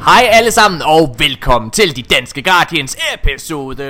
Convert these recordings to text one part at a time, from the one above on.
Hej alle sammen og velkommen til De Danske Guardians episode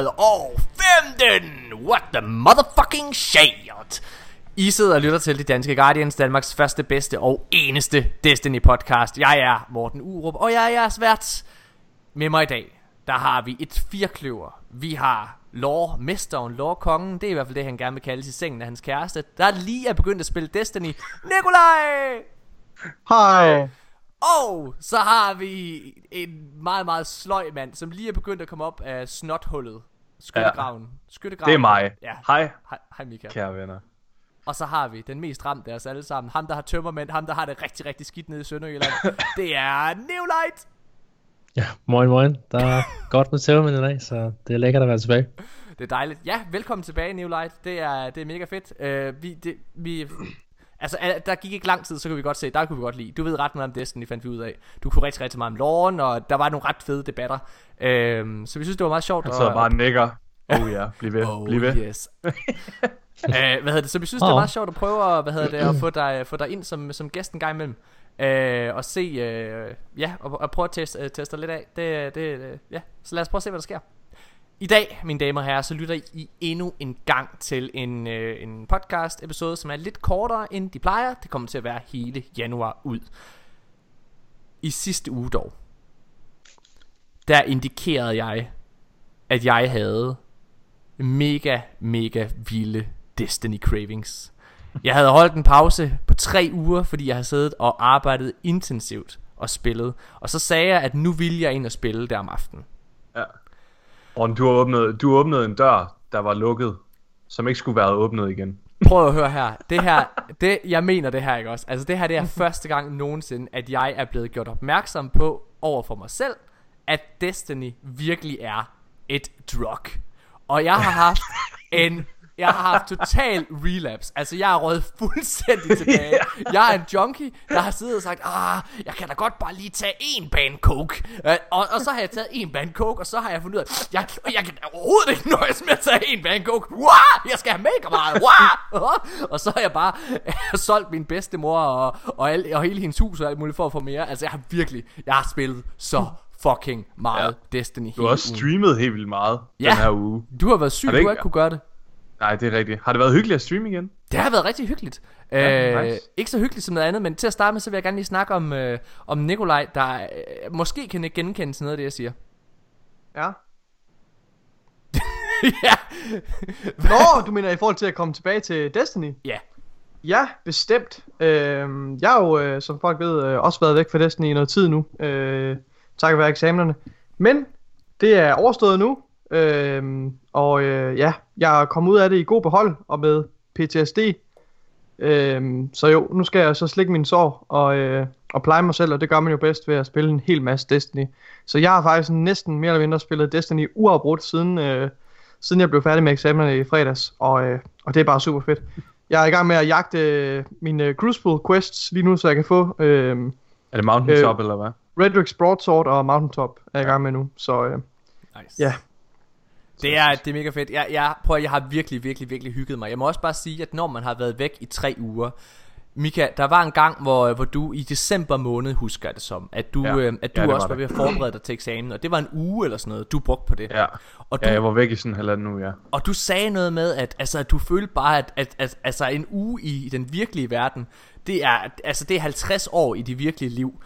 115. What the motherfucking shit. I sidder og lytter til De Danske Guardians, Danmarks første, bedste og eneste Destiny podcast. Jeg er Morten Urup, og jeg er jeres vært. Med mig i dag, der har vi et firkløver. Vi har lore-mesteren, lore-kongen. Det er i hvert fald det, han gerne vil kaldes i sengen af hans kæreste, der lige er begyndt at spille Destiny. Nikolaj! Hej. Og så har vi en meget, meget sløj mand, som lige er begyndt at komme op af snothullet. Skyttegraven. Det er mig. Ja. Hej. Hej Michael. Kære venner. Og så har vi den mest ramte af os alle sammen. Ham der har tømmermænd, ham der har det rigtig, rigtig skidt nede i Sønderjylland. Det er Newlight. Ja, moin. Der er godt med tømmermænd i dag, så det er lækkert at være tilbage. Det er dejligt. Ja, velkommen tilbage Newlight. Det er mega fedt. Altså, der gik ikke lang tid, så kunne vi godt se, der kunne vi godt lide. Du ved ret meget om Destiny, fandt vi ud af. Du kunne rigtig, rigtig meget om loren, og der var nogle ret fede debatter. Så vi synes, det var meget sjovt. Han sidder bare og nikker. Oh ja, bliv ved, bliv ved. Yes. Så vi synes, det var meget sjovt at prøve at få dig ind som gæst en gang imellem. Og se, og prøve at teste lidt af. Så lad os prøve at se, hvad der sker. I dag, mine damer og herrer, så lytter I endnu en gang til en podcast episode, som er lidt kortere end de plejer. Det kommer til at være hele januar ud. I sidste uge dog, der indikerede jeg, at jeg havde mega vilde Destiny cravings. Jeg havde holdt en pause på 3 uger, fordi jeg havde siddet og arbejdet intensivt og spillet. Og så sagde jeg, at nu ville jeg ind og spille der om aftenen. Ja. Og du åbnede en dør, der var lukket, som ikke skulle være åbnet igen. Prøv at høre her. Jeg mener det her, ikke også? Altså det her, det er første gang nogensinde, at jeg er blevet gjort opmærksom på over for mig selv, at Destiny virkelig er et drug. Og jeg har haft total relapse. Altså jeg er røget fuldstændig tilbage. Jeg er en junkie, der har siddet og sagt, jeg kan da godt bare lige tage en bane coke. Og så har jeg taget en bane coke, og så har jeg fundet ud af, jeg kan overhovedet ikke nøjes med at tage en bane coke. Jeg skal have mega meget. Og så har jeg bare solgt min bedstemor og hele hendes hus og alt muligt for at få mere. Altså jeg har spillet så fucking meget Destiny. Du har også streamet helt vildt meget den her uge. Du har været syg, du har ikke kunne gøre det. Nej, det er rigtigt. Har det været hyggeligt at streame igen? Det har været rigtig hyggeligt. Nice. Ikke så hyggeligt som noget andet, men til at starte med, så vil jeg gerne lige snakke om Nikolaj, der måske kan ikke genkende til noget af det, jeg siger. Ja. Ja. Nå, du mener i forhold til at komme tilbage til Destiny? Ja. Ja, bestemt. Jeg har jo, som folk ved, også været væk fra Destiny i noget tid nu. Takket være eksamenerne. Men det er overstået nu. Jeg er kommet ud af det i god behold og med PTSD. Så jo, nu skal jeg så slikke min sår og pleje mig selv, og det gør man jo bedst ved at spille en hel masse Destiny. Så jeg har faktisk næsten mere eller mindre spillet Destiny uafbrudt siden jeg blev færdig med eksamenerne i fredags, og det er bare super fedt. Jeg er i gang med at jagte mine Crucible quests lige nu, så jeg kan få er det Mountaintop eller hvad? Redrix Broadsword og Mountaintop er jeg i gang med nu. Så nice. Ja. Det er mega fedt. Jeg har virkelig hygget mig. Jeg må også bare sige, at når man har været væk i 3 uger, Mika, der var en gang, hvor du i december måned, husker jeg det som, at du også var ved at forberede dig til eksamen, og det var en uge eller sådan noget, du brugte på det. Ja, og jeg var væk i sådan en halvanden uge, ja. Og du sagde noget med, at du følte bare, at en uge i den virkelige verden, det er 50 år i det virkelige liv.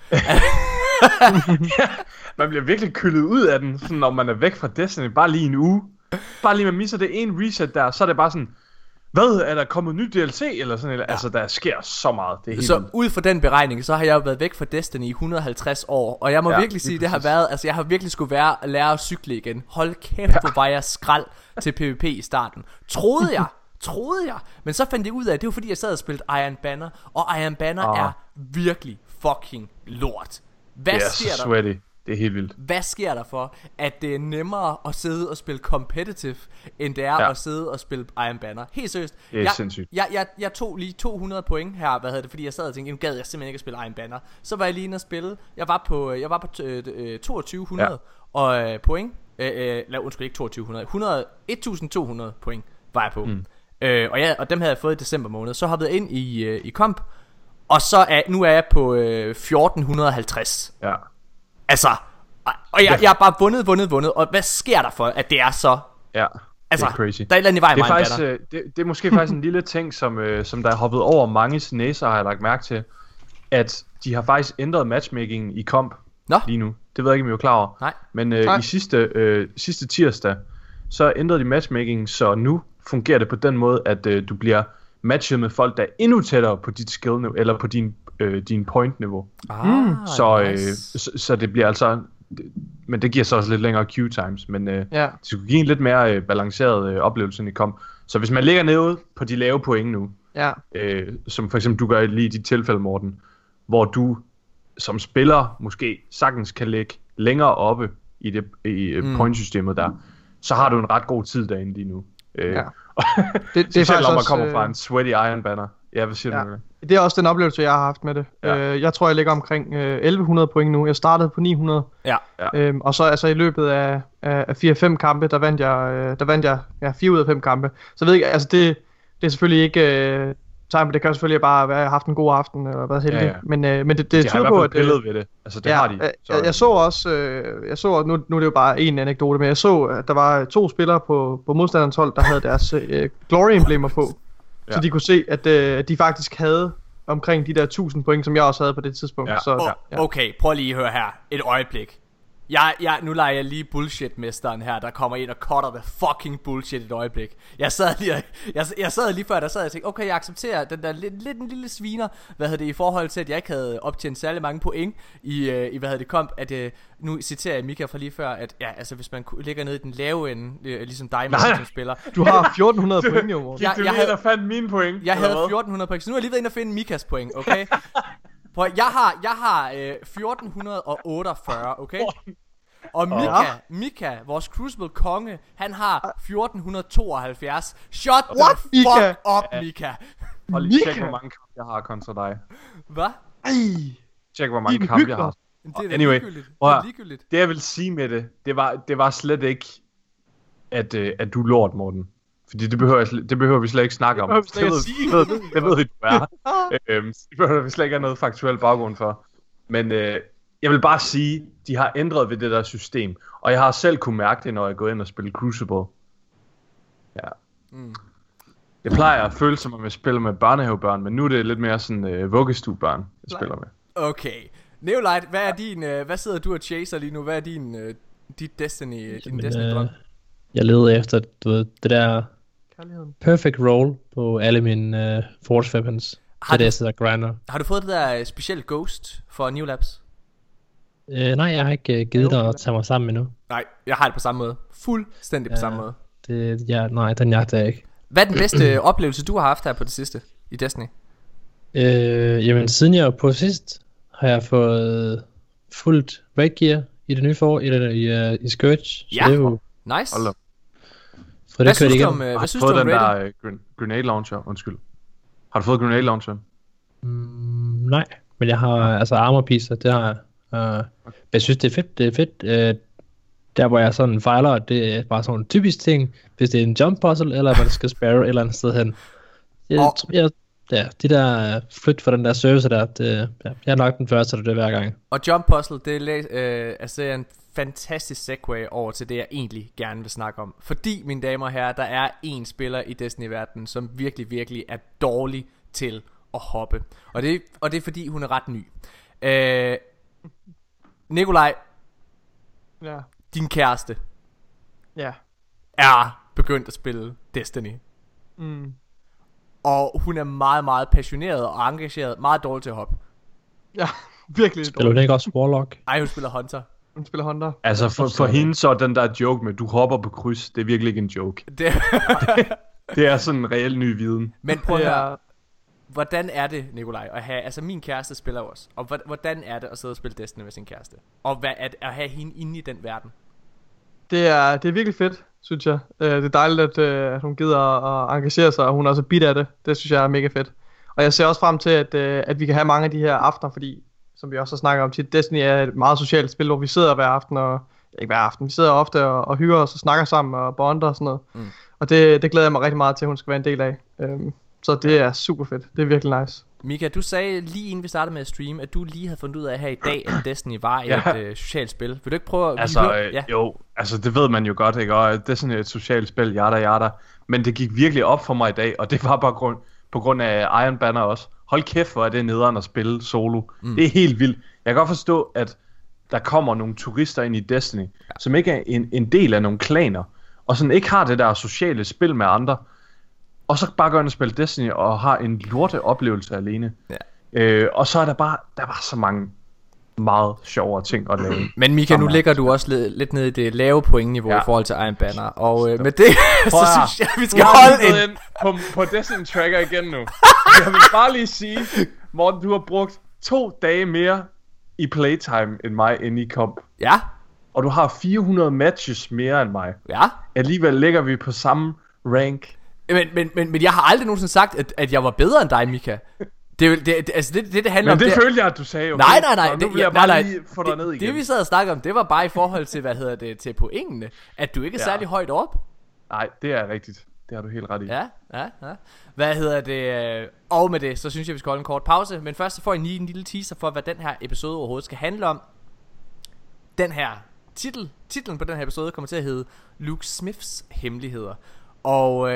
Man bliver virkelig kyldet ud af den, sådan, når man er væk fra Destiny, bare lige en uge. Bare lige man misser det en reset der, så er det bare sådan, hvad, er der kommet ny DLC eller sådan noget? Ja. Altså der sker så meget, det er helt så vildt. Ud fra den beregning, så har jeg jo været væk fra Destiny i 150 år, og jeg må virkelig sige, det har været, altså jeg har virkelig skulle lære at cykle igen. Hold kæft, hvor var jeg skrald til PvP i starten. Troede jeg, men så fandt jeg ud af, at det var fordi jeg sad og spillede Iron Banner, og Iron Banner er virkelig fucking lort. Hvad sker der? Sweaty. Det er helt vildt. Hvad sker der for, at det er nemmere at sidde og spille competitive, end det er at sidde og spille Iron Banner? Helt seriøst. Det er sindssygt. Jeg tog lige 200 point her, fordi jeg sad og tænkte, nu gad jeg simpelthen ikke at spille Iron Banner. Så var jeg lige inde og spille. Jeg var på 2200 og point. Undskyld, ikke 2200. 1200 point var jeg på. Og dem havde jeg fået i december måned. Så hoppede jeg ind i komp, og nu er jeg på 1450. Ja. Altså, og jeg har bare vundet, og hvad sker der for, at det er så... Ja, altså, det er crazy. Der er et eller andet i vejen, det er faktisk, det er måske faktisk en lille ting, som der er hoppet over manges næser, har jeg lagt mærke til, at de har faktisk ændret matchmaking i komp lige nu. Det ved jeg ikke, om I er klar over. Nej. Men i sidste tirsdag, så ændrede de matchmaking, så nu fungerer det på den måde, at du bliver matchet med folk, der er endnu tættere på dit skill-niveau, eller på din point-niveau. Så det bliver altså... Men det giver så også lidt længere queue times, men det skulle give en lidt mere balanceret oplevelse end i komp. Så hvis man ligger nede på de lave point nu, som for eksempel du gør lige i dit tilfælde, Morten, hvor du som spiller måske sagtens kan ligge længere oppe i pointsystemet der, så har du en ret god tid derinde lige nu. Det er faktisk når man kommer fra en sweaty Iron Banner. Ja, hvad siger du? Det er også den oplevelse, jeg har haft med det. Jeg tror, jeg ligger omkring 1100 point nu. Jeg startede på 900. Og så altså i løbet af 4-5 kampe, der vandt jeg 4 ud af 5 kampe. Så ved jeg, altså det er selvfølgelig ikke... det kan selvfølgelig bare være, at jeg har haft en god aften og været heldig. Men det tyder på, at... pillet ved det. Altså det har de. Jeg så også, nu er det jo bare en anekdote, men jeg så, at der var 2 spillere på modstanderens hold, der havde deres glory-emblemer på. Så de kunne se, at de faktisk havde omkring de der 1000 point, som jeg også havde på det tidspunkt. Okay, prøv lige at høre her. Et øjeblik. Nu leger jeg lige bullshit-mesteren her, der kommer ind og cutter the fucking bullshit et øjeblik. Jeg sad lige før, der sad og tænkte, okay, jeg accepterer den der lidt en lille sviner, i forhold til, at jeg ikke havde optjent særlig mange point i komp, at nu citerer jeg Mika fra lige før, at altså hvis man ligger nede i den lave ende, ligesom dig, som spiller. Du har 1400 point, jo. Jeg havde fandt mine point. Jeg havde 1400 point, så nu er jeg lige ved inde at finde Mikas point, okay? Jeg har 1448, okay? Og Mika, vores Crucible konge, han har 1472. Shut the fuck up, Mika. Og lige tjek, hvor mange kampe jeg har kontra dig. Hvad? Tjek, hvor mange kampe jeg har. Anyway, det jeg vil sige med det var slet ikke, at du er lort, Morten. Fordi det behøver vi slet ikke snakke om. Det ved vi, du er. Det behøver vi slet ikke have noget faktuel baggrund for. Men jeg vil bare sige, de har ændret ved det der system. Og jeg har selv kunne mærke det, når jeg går ind og spiller Crucible. Ja. Jeg plejer at føle som om jeg spiller med børnehavebørn, men nu er det lidt mere sådan vuggestuebørn, jeg spiller med. Okay. Neolight, hvad sidder du og chaser lige nu? Hvad er dit Destiny drøm? Jeg leder efter, du ved, det der perfect roll på alle mine force weapons. Det sidder grinder. Har du fået det der specielle ghost for New Labs? Nej, jeg har ikke givet dig at tage mig sammen endnu. Nej, jeg har det på samme måde. Fuldstændig på samme måde. Nej, den jagter jeg ikke. Hvad er den bedste oplevelse, du har haft her på det sidste i Destiny? Jamen, siden jeg var på sidst, har jeg fået fuldt raid gear i det nye forår, i Scourge. Så det er jo... Nice. Hvad synes du om Har du fået den der grenade launcher? Undskyld. Har du fået grenade launcher? Nej, men jeg har altså armor pieces, det har jeg. Jeg synes det er fedt. Der hvor jeg sådan fejler, det er bare sådan en typisk ting. Hvis det er en jump puzzle, eller man skal spare et eller andet sted hen. De der flyt for den der service der, jeg har nok den første, det hver gang. Og jump puzzle, det er en fantastisk segue over til det jeg egentlig gerne vil snakke om. Fordi mine damer og herrer, der er en spiller i Destiny-verdenen, som virkelig, virkelig er dårlig til at hoppe. Og det er fordi hun er ret ny. Nikolaj, din kæreste er begyndt at spille Destiny. Og hun er meget, meget passioneret og engageret, meget dårlig til at hoppe. Ja, virkelig. Spiller hun ikke også Warlock? Ej, hun spiller Hunter. Altså for hende så den der joke med du hopper på kryds, det er virkelig ikke en joke. Det er sådan en reel ny viden. Men prøv at høre, hvordan er det, Nikolaj, at have, altså min kæreste spiller også, og hvordan er det at sidde og spille Destiny med sin kæreste? Og hvad at have hende inde i den verden? Det er virkelig fedt, synes jeg. Det er dejligt, at hun gider at engagere sig, og hun er også bit af det. Det synes jeg er mega fedt. Og jeg ser også frem til, at vi kan have mange af de her aftener, fordi, som vi også har snakket om tit, Destiny er et meget socialt spil, hvor vi sidder hver aften, og ikke hver aften, vi sidder ofte og hygger os og snakker sammen og bonder og sådan noget. Og det glæder jeg mig rigtig meget til, at hun skal være en del af. Så det er super fedt. Det er virkelig nice. Mika, du sagde lige inden vi startede med at streame, at du lige havde fundet ud af her i dag, at Destiny var et socialt spil. Vil du ikke prøve at... Jo, altså det ved man jo godt, ikke? Og Destiny er et socialt spil, yada. Men det gik virkelig op for mig i dag, og det var bare på grund af Iron Banner også. Hold kæft, hvor er det nederen at spille solo. Det er helt vildt. Jeg kan godt forstå, at der kommer nogle turister ind i Destiny, som ikke er en del af nogle klaner, og sådan ikke har det der sociale spil med andre, og så bare går ind og spiller Destiny og har en lorte oplevelse alene. Og så er der bare så mange meget sjovere ting at lave. Men Mika, nu ligger du også lidt nede i det lave pointniveau i forhold til Iron Banner. Og med det, så synes jeg, vi skal holde ind på Destiny Tracker igen nu. Jeg vil bare lige sige, Morten, du har brugt 2 dage mere i playtime end mig inde i komp. Ja. Og du har 400 matches mere end mig. Ja. Alligevel ligger vi på samme rank. Men jeg har aldrig nogensinde sagt, at jeg var bedre end dig, Mika. Det handler men om. Det følte jeg, at du sagde jo. Nej. Nu vil jeg bare lige få dig ned igen. Det vi sad og snakkede om, det var bare i forhold til, til pointene. At du ikke er særlig højt op. Nej, det er rigtigt. Det har du helt ret i. Ja. Og med det, så synes jeg, vi skal holde en kort pause. Men først så får I lige en lille teaser for, hvad den her episode overhovedet skal handle om. Den her titlen på den her episode kommer til at hedde Luke Smiths hemmeligheder. Og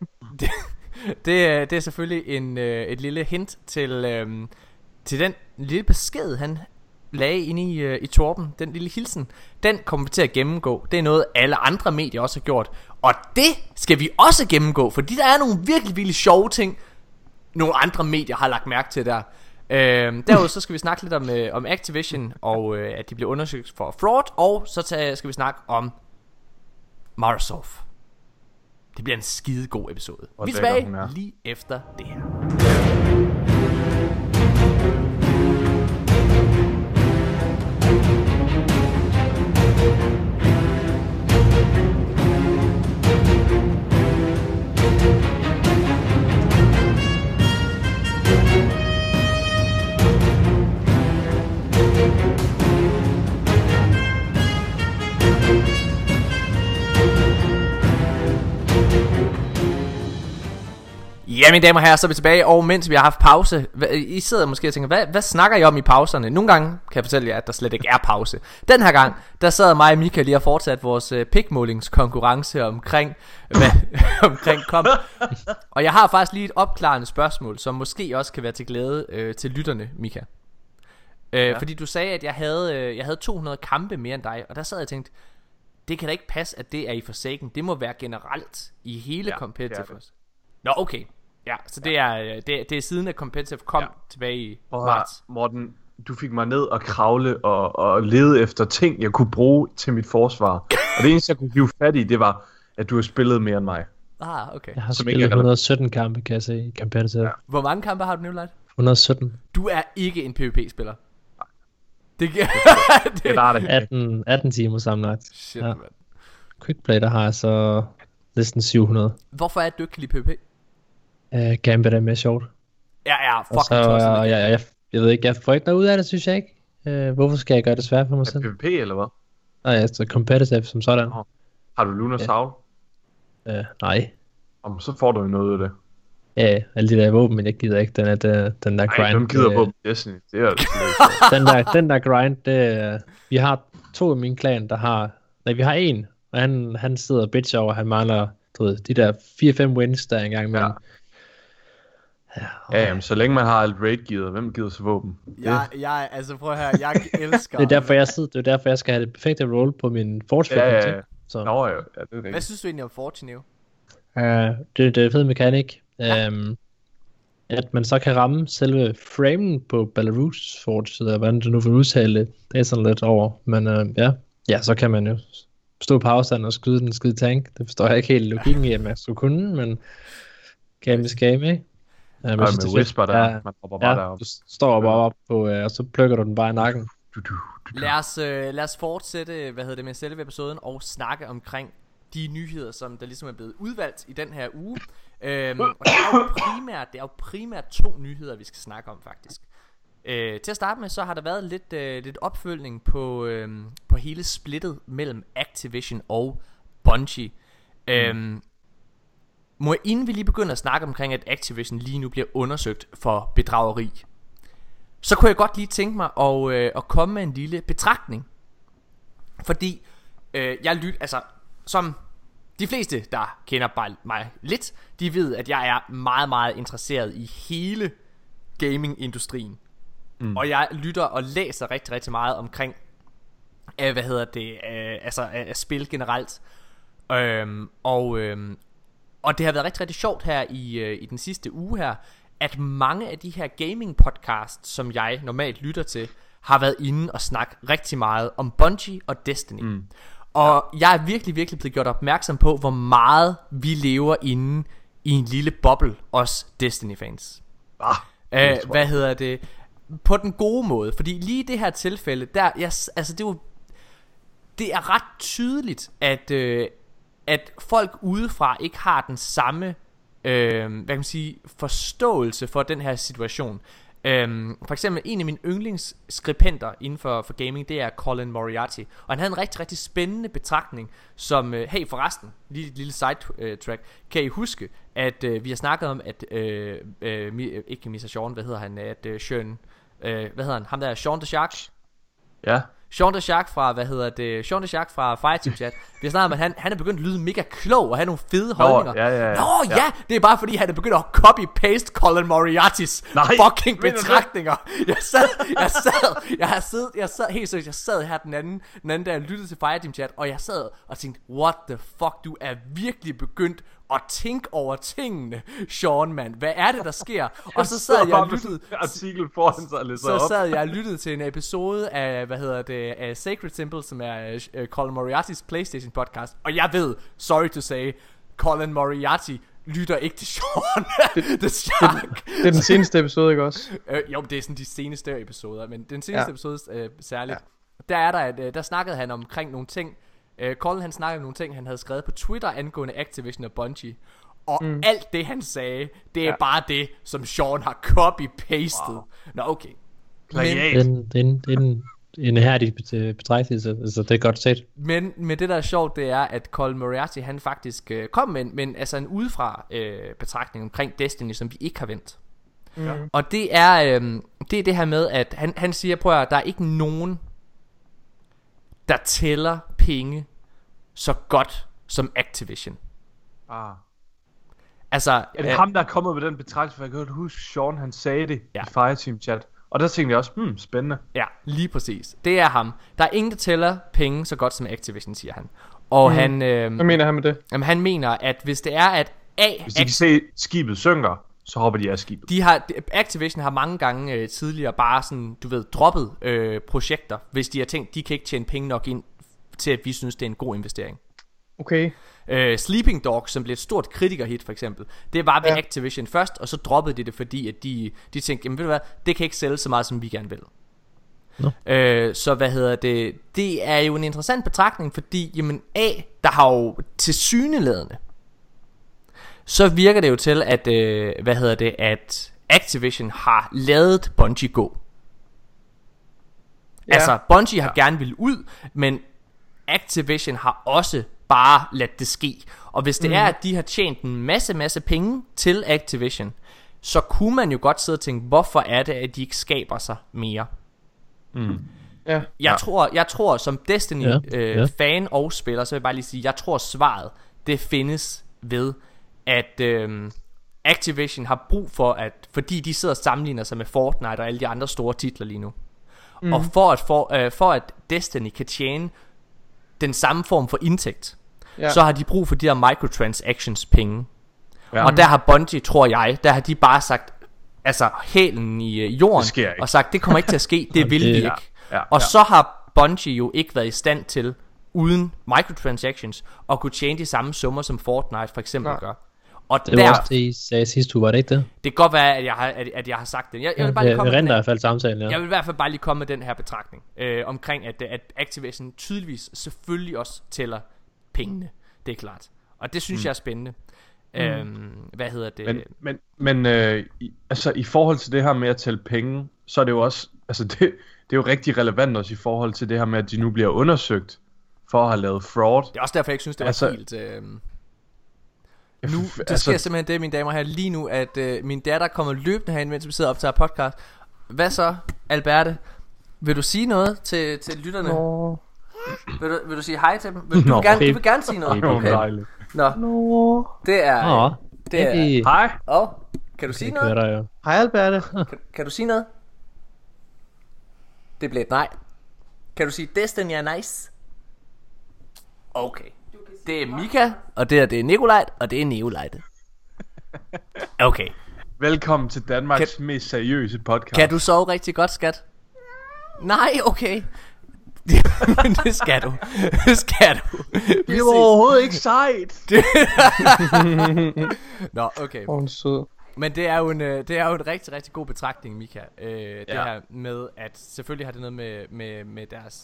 det er selvfølgelig et lille hint til den lille besked, han lagde inde i Torben. Den lille hilsen, den kommer vi til at gennemgå. Det er noget alle andre medier også har gjort, og det skal vi også gennemgå, fordi der er nogle virkelig, virkelig sjove ting, nogle andre medier har lagt mærke til der. Derudover så skal vi snakke lidt om Activision, og at de bliver undersøgt for fraud. Og så skal vi snakke om Microsoft. Det bliver en skide god episode. Vi er tilbage lige efter det her. Ja, mine damer og herrer, så er vi tilbage, og mens vi har haft pause, I sidder måske og tænker, hvad snakker I om i pauserne? Nogle gange kan jeg fortælle jer, at der slet ikke er pause. Den her gang, der sad mig og Mika lige og fortsat vores pikmålingskonkurrence omkring kom. Og jeg har faktisk lige et opklarende spørgsmål, som måske også kan være til glæde til lytterne, Mika. Fordi du sagde, at jeg havde 200 kampe mere end dig, og der sad jeg og tænkte, det kan da ikke passe, at det er i Forsaken. Det må være generelt i hele competitive. Nå, okay. Ja, så det er siden at competitive kom tilbage i marts. Morten, du fik mig ned og kravle og lede efter ting, jeg kunne bruge til mit forsvar. Og det eneste, jeg kunne give fat i, det var, at du har spillet mere end mig. Okay. Jeg har spillet 117 kampe, kan jeg se, i competitive. Ja. Hvor mange kampe har du nu, Light? 117. Du er ikke en PvP-spiller. Det er det. 18 timer sammenlagt. Shit, man. Quickplay, der har jeg så næsten 700. Hvorfor er du ikke lide PvP? Gambit er mere sjovt. Ja, fucking tosset. Jeg ved ikke, jeg får ikke noget ud af det, synes jeg ikke. Hvorfor skal jeg gøre det svært for mig selv? PvP eller hvad? Nej, altså competitive som sådan. Har du Lunar Soul? Nej. Så får du jo noget af det. Ja, alle de der våben, men jeg gider ikke den der grind. Nej, dem gider våben Destiny. Det er den der grind, det vi har 2 i min klan, der har... Nej, vi har 1, og han sidder og bitcher over, han mangler, du ved, de der 4-5 wins der engang imellem. Ja, jamen, så længe man har alt raid-gearet, hvem gider så våben? Jeg altså prøv at høre, jeg elsker... det er derfor, jeg skal have det perfekte roll på min Forge. Ja. Så. Nå, ja, det er rigtigt. Hvad synes du egentlig om Forge, Neo? Det er fed mekanik. At man så kan ramme selve framen på Belarus Forge, eller hvordan du nu vil udtale det. Det er sådan lidt over. Men ja, så kan man jo stå på afstand og skyde den skide tank. Det forstår jeg ikke helt logikken i, at man skulle kunne, men game is game, ikke? Ja, med whisper der, man hopper bare deroppe. Du står bare op på, og så plukker du den bare i nakken. Lad os fortsætte, med selve episoden, og snakke omkring de nyheder, som der ligesom er blevet udvalgt i den her uge. Og det er jo primært 2 nyheder, vi skal snakke om faktisk. Til at starte med, så har der været lidt opfølgning på hele splittet mellem Activision og Bungie. inden vi lige begynder at snakke omkring, at Activision lige nu bliver undersøgt for bedrageri, så kunne jeg godt lige tænke mig at komme med en lille betragtning. Fordi som de fleste, der kender mig lidt, de ved, at jeg er meget, meget interesseret i hele gamingindustrien. Og jeg lytter og læser rigtig, rigtig meget omkring spil generelt. Og det har været rigtig, rigtig sjovt her i den sidste uge her, at mange af de her gaming podcasts, som jeg normalt lytter til, har været inde og snakke rigtig meget om Bungie og Destiny. Og jeg er virkelig, virkelig blevet gjort opmærksom på, hvor meget vi lever inde i en lille boble, os Destiny-fans. På den gode måde. Fordi lige i det her tilfælde, det er ret tydeligt, at folk udefra ikke har den samme forståelse for den her situation. For eksempel en af mine yndlingsskribenter inden for gaming, det er Colin Moriarty. Og han havde en rigtig, rigtig spændende betragtning, som, hey forresten, lige et lille sidetrack. Kan I huske, at vi har snakket om, at ikke Mr. Sean, hvad hedder han, ham der, Sean the Shark. Ja. Sean the Shark fra Fireteam Chat. Vi har snakket om, at han er begyndt at lyde mega klog og have nogle fede holdninger. Ja, det er bare fordi han er begyndt at copy-paste Colin Moriartys fucking betragtninger. Jeg sad her den anden dag og lyttede til Fireteam Chat, og jeg sad og tænkte, what the fuck, du er virkelig begyndt at tænke over tingene, Sean, mand. Hvad er det, der sker? Og så sad jeg og lyttede lyttede til en episode af, af Sacred Symbol, som er Colin Moriartys PlayStation podcast. Og jeg ved, sorry to say, Colin Moriarty lytter ikke til Sean the Shark. Det er den seneste episode, ikke også? Jo, det er sådan de seneste episoder, men den seneste episode særligt. Der snakkede han omkring nogle ting. Colin han snakkede om nogle ting, han havde skrevet på Twitter angående Activision og Bungie. Og alt det han sagde, det er bare det, som Sean har copy-pastet. Nå, okay. En herdig betragtelse, altså det er godt set. Men det der er sjovt, det er, at Colin Moriarty, han faktisk kom med en udefra betragtning omkring Destiny, som vi ikke har vendt. Og det er det her med, at han siger, prøv at der er ikke nogen, der tæller penge så godt som Activision. Altså, er det ham, der er kommet med den betragtning? For jeg kan godt huske, Sean han sagde det i Fireteam Chat. Og der tænkte jeg også, spændende. Ja, lige præcis. Det er ham. Der er ingen, der tæller penge så godt som Activision, siger han. Og han... Hvad mener han med det? Jamen, han mener, at hvis det er, at hvis de kan se, skibet synker, så hopper de af skibet. Activision har mange gange tidligere bare sådan, du ved, droppet projekter, hvis de har tænkt, de kan ikke tjene penge nok ind til, at vi synes, det er en god investering. Okay. Sleeping Dogs, som blev et stort kritikerhit for eksempel, det var ved Activision først, og så droppede de det, fordi at de tænkte, jamen ved du hvad, det kan ikke sælge så meget, som vi gerne vil. Så det er jo en interessant betragtning, fordi jamen der har jo tilsyneladende, så virker det jo til, at at Activision har ladet Bungie gå. Altså Bungie har gerne ville ud, men Activision har også bare ladt det ske. Og hvis det er, at de har tjent en masse penge til Activision, så kunne man jo godt sidde og tænke, hvorfor er det, at de ikke skaber sig mere? Jeg tror som Destiny fan og spiller, så vil jeg bare lige sige, jeg tror svaret, det findes ved, at Activision har brug for, fordi de sidder og sammenligner sig med Fortnite og alle de andre store titler lige nu. Og for at Destiny kan tjene den samme form for indtægt, så har de brug for de her microtransactions penge. Og der har Bungie, tror jeg, der har de bare sagt, altså hælen i jorden, og sagt, det kommer ikke til at ske, det vil vi ikke. Og så har Bungie jo ikke været i stand til, uden microtransactions, at kunne tjene de samme summer, som Fortnite for eksempel gør. Og det var også det, I sagde sidste uge, var det ikke det? Det kan godt være, at jeg har sagt det. Jeg vil bare lige komme med i hvert fald samtalen, Jeg vil i hvert fald bare lige komme med den her betragtning omkring, at Activision tydeligvis selvfølgelig også tæller pengene. Det er klart. Og det synes jeg er spændende. Men altså i forhold til det her med at tælle penge, så er det jo også, altså det er jo rigtig relevant også i forhold til det her med, at de nu bliver undersøgt for at have lavet fraud. Det er også derfor, jeg ikke synes, det var helt... Nu, det sker simpelthen det, mine damer her lige nu, at min datter kommer løbende herinde, mens vi sidder og optager podcast. Hvad så, Alberte? Vil du sige noget til lytterne? Vil du sige hej til dem? Du vil gerne sige noget? Okay. Nå. Det er... Hej. Kan du sige noget? Hej, Alberte. Kan du sige noget? Det blev et nej. Kan du sige Destiny er nice? Okay. Det er Mika, og det er Nikolaj, og det er Neolajte. Okay. Velkommen til Danmarks mest seriøse podcast. Kan du sove rigtig godt, skat? Nej, okay. Det skal du. Det skal du. Det er overhovedet ikke sejt. Nå, okay. Men det er jo en rigtig, rigtig god betragtning, Mika. Det her med, at selvfølgelig har det noget med deres...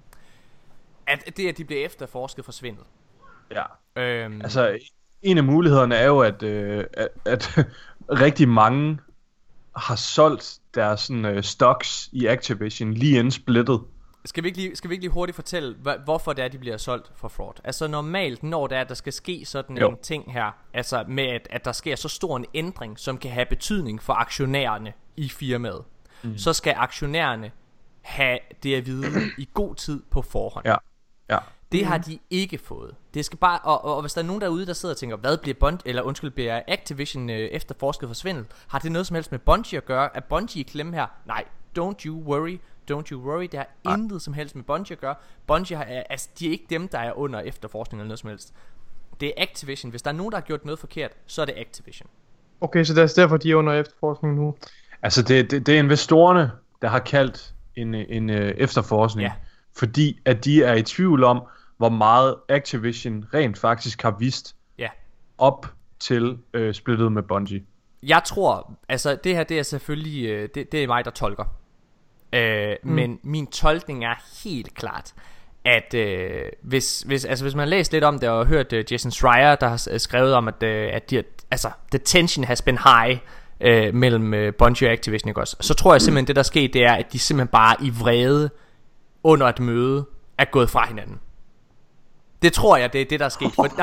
at de bliver efterforsket for svindel. Ja. Altså, en af mulighederne er jo, at rigtig mange har solgt deres sådan, stocks i Activision lige inden splittet. Skal vi ikke lige hurtigt fortælle, hvorfor det er, de bliver solgt for fraud? Altså normalt, når det er, at der skal ske sådan en ting her, altså med, at der sker så stor en ændring, som kan have betydning for aktionærerne i firmaet, så skal aktionærerne have det at vide i god tid på forhånd. Ja. Det har de ikke fået. Det skal bare og hvis der er nogen derude, der sidder og tænker, hvad bliver Activision efterforsket for svindel? Har det noget som helst med Bungie at gøre? Er Bungie i klemme her? Nej, don't you worry. Det har intet som helst med Bungie at gøre. Bungie de er ikke dem, der er under efterforskning eller noget som helst. Det er Activision. Hvis der er nogen, der har gjort noget forkert, så er det Activision. Okay, så det er derfor, de er under efterforskning nu. Altså det er investorerne, der har kaldt en efterforskning, fordi at de er i tvivl om, hvor meget Activision rent faktisk har vist op til splittet med Bungie. Jeg tror, altså det her, det er selvfølgelig det er mig, der tolker. Men min tolkning er helt klart, at hvis man har læst lidt om det og hørt Jason Schreier, der har skrevet om, at the tension has been high mellem Bungie og Activision, ikke også? Så tror jeg simpelthen, det der sker, det er, at de simpelthen bare i vrede under et møde er gået fra hinanden. Det tror jeg, det er det, der er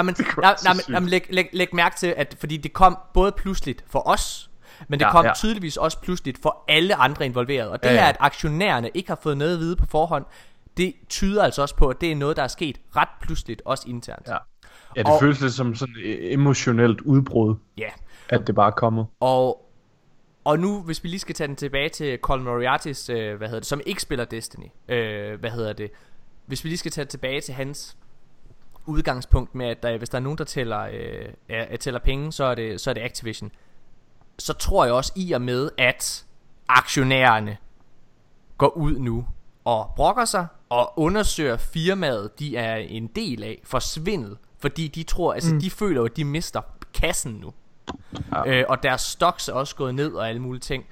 sket. Læg mærke til, at fordi det kom både pludseligt for os, men det kom tydeligvis også pludseligt for alle andre involverede. Og det her, at aktionærerne ikke har fået noget at vide på forhånd, det tyder altså også på, at det er noget, der er sket ret pludseligt, også internt. Ja, det føles lidt som sådan et emotionelt udbrud, at det bare er kommet. Og nu, hvis vi lige skal tage den tilbage til Colin Moriartys, som ikke spiller Destiny, hvis vi lige skal tage tilbage til hans udgangspunkt med, at hvis der er nogen, der tæller penge, så er det Activision. Så tror jeg også i og med, at aktionærerne går ud nu og brokker sig og undersøger firmaet, de er en del af, for svindel, fordi de tror, de føler, at de mister kassen nu. Og deres stocks er også gået ned og alle mulige ting.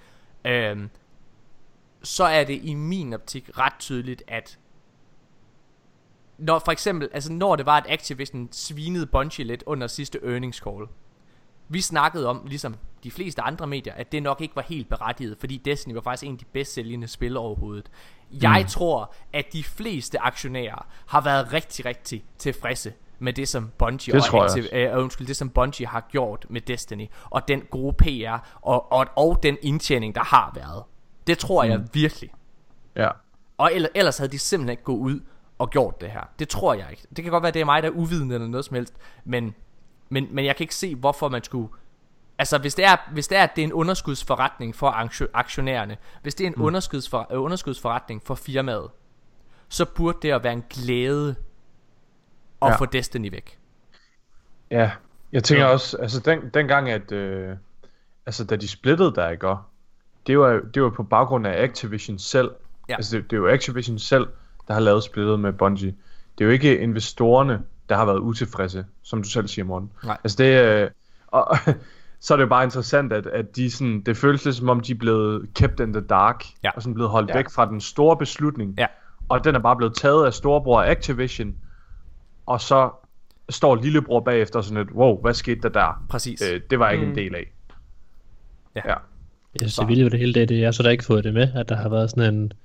Så er det i min optik ret tydeligt, at når for eksempel, når det var, at Activision svinede Bungie lidt under sidste earnings call, vi snakkede om, ligesom de fleste andre medier, at det nok ikke var helt berettiget, fordi Destiny var faktisk en af de bedst sælgende spil overhovedet. Jeg tror, at de fleste aktionærer har været rigtig, rigtig tilfredse med det, som Bungie det som Bungie har gjort med Destiny, og den gode PR og den indtjening, der har været. Det tror jeg virkelig. Ja. Og ellers havde de simpelthen ikke gået ud og gjort det her. Det tror jeg ikke. Det kan godt være, det er mig, der er uvidende eller noget som helst, men jeg kan ikke se, hvorfor man skulle... Altså, hvis det er, at det er en underskudsforretning for aktionærerne, hvis det er en underskudsforretning for firmaet, så burde det at være en glæde at få Destiny væk. Ja, jeg tænker også, dengang, at da de splittede der, ikke? Det var på baggrund af Activision selv. Ja. Altså, det er jo Activision selv, der har lavet splittet med Bungie. Det er jo ikke investorerne, der har været utilfredse, som du selv siger, Morten. Nej. Altså det og så er det jo bare interessant, at de sådan, det føles lidt som om de er blevet kept in the dark, og sådan blevet holdt væk fra den store beslutning, og den er bare blevet taget af storebror Activision, og så står lillebror bagefter sådan et, wow, hvad skete der? Præcis. Det var jeg ikke en del af. Ja. Jeg synes, det vildt ved det hele det er så der ikke fået det med, at der har været sådan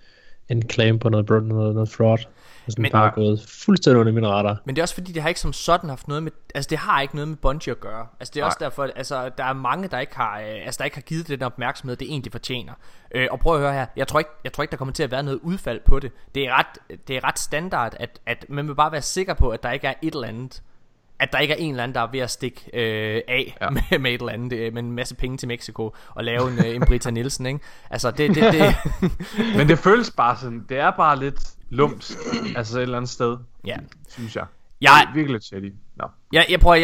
en claim på noget fraud. Men bare gået fuldstændig under min radar. Men det er også fordi det har ikke som sådan haft noget med, altså det har ikke noget med Bungie at gøre. Altså det er også derfor, altså der er mange der ikke har givet det den opmærksomhed det egentlig fortjener. Og prøv at høre her, jeg tror ikke der kommer til at være noget udfald på det. Det er ret standard at man vil bare være sikker på at der ikke er et eller andet, at der ikke er en eller anden der er ved at stikke af med et eller andet med en masse penge til Mexico og lave en Britta Nielsen, ikke? Altså det. Men det føles bare sådan, det er bare lidt lumsk, altså et eller andet sted, synes jeg. Det er virkelig lidt shady. No. Jeg prøver,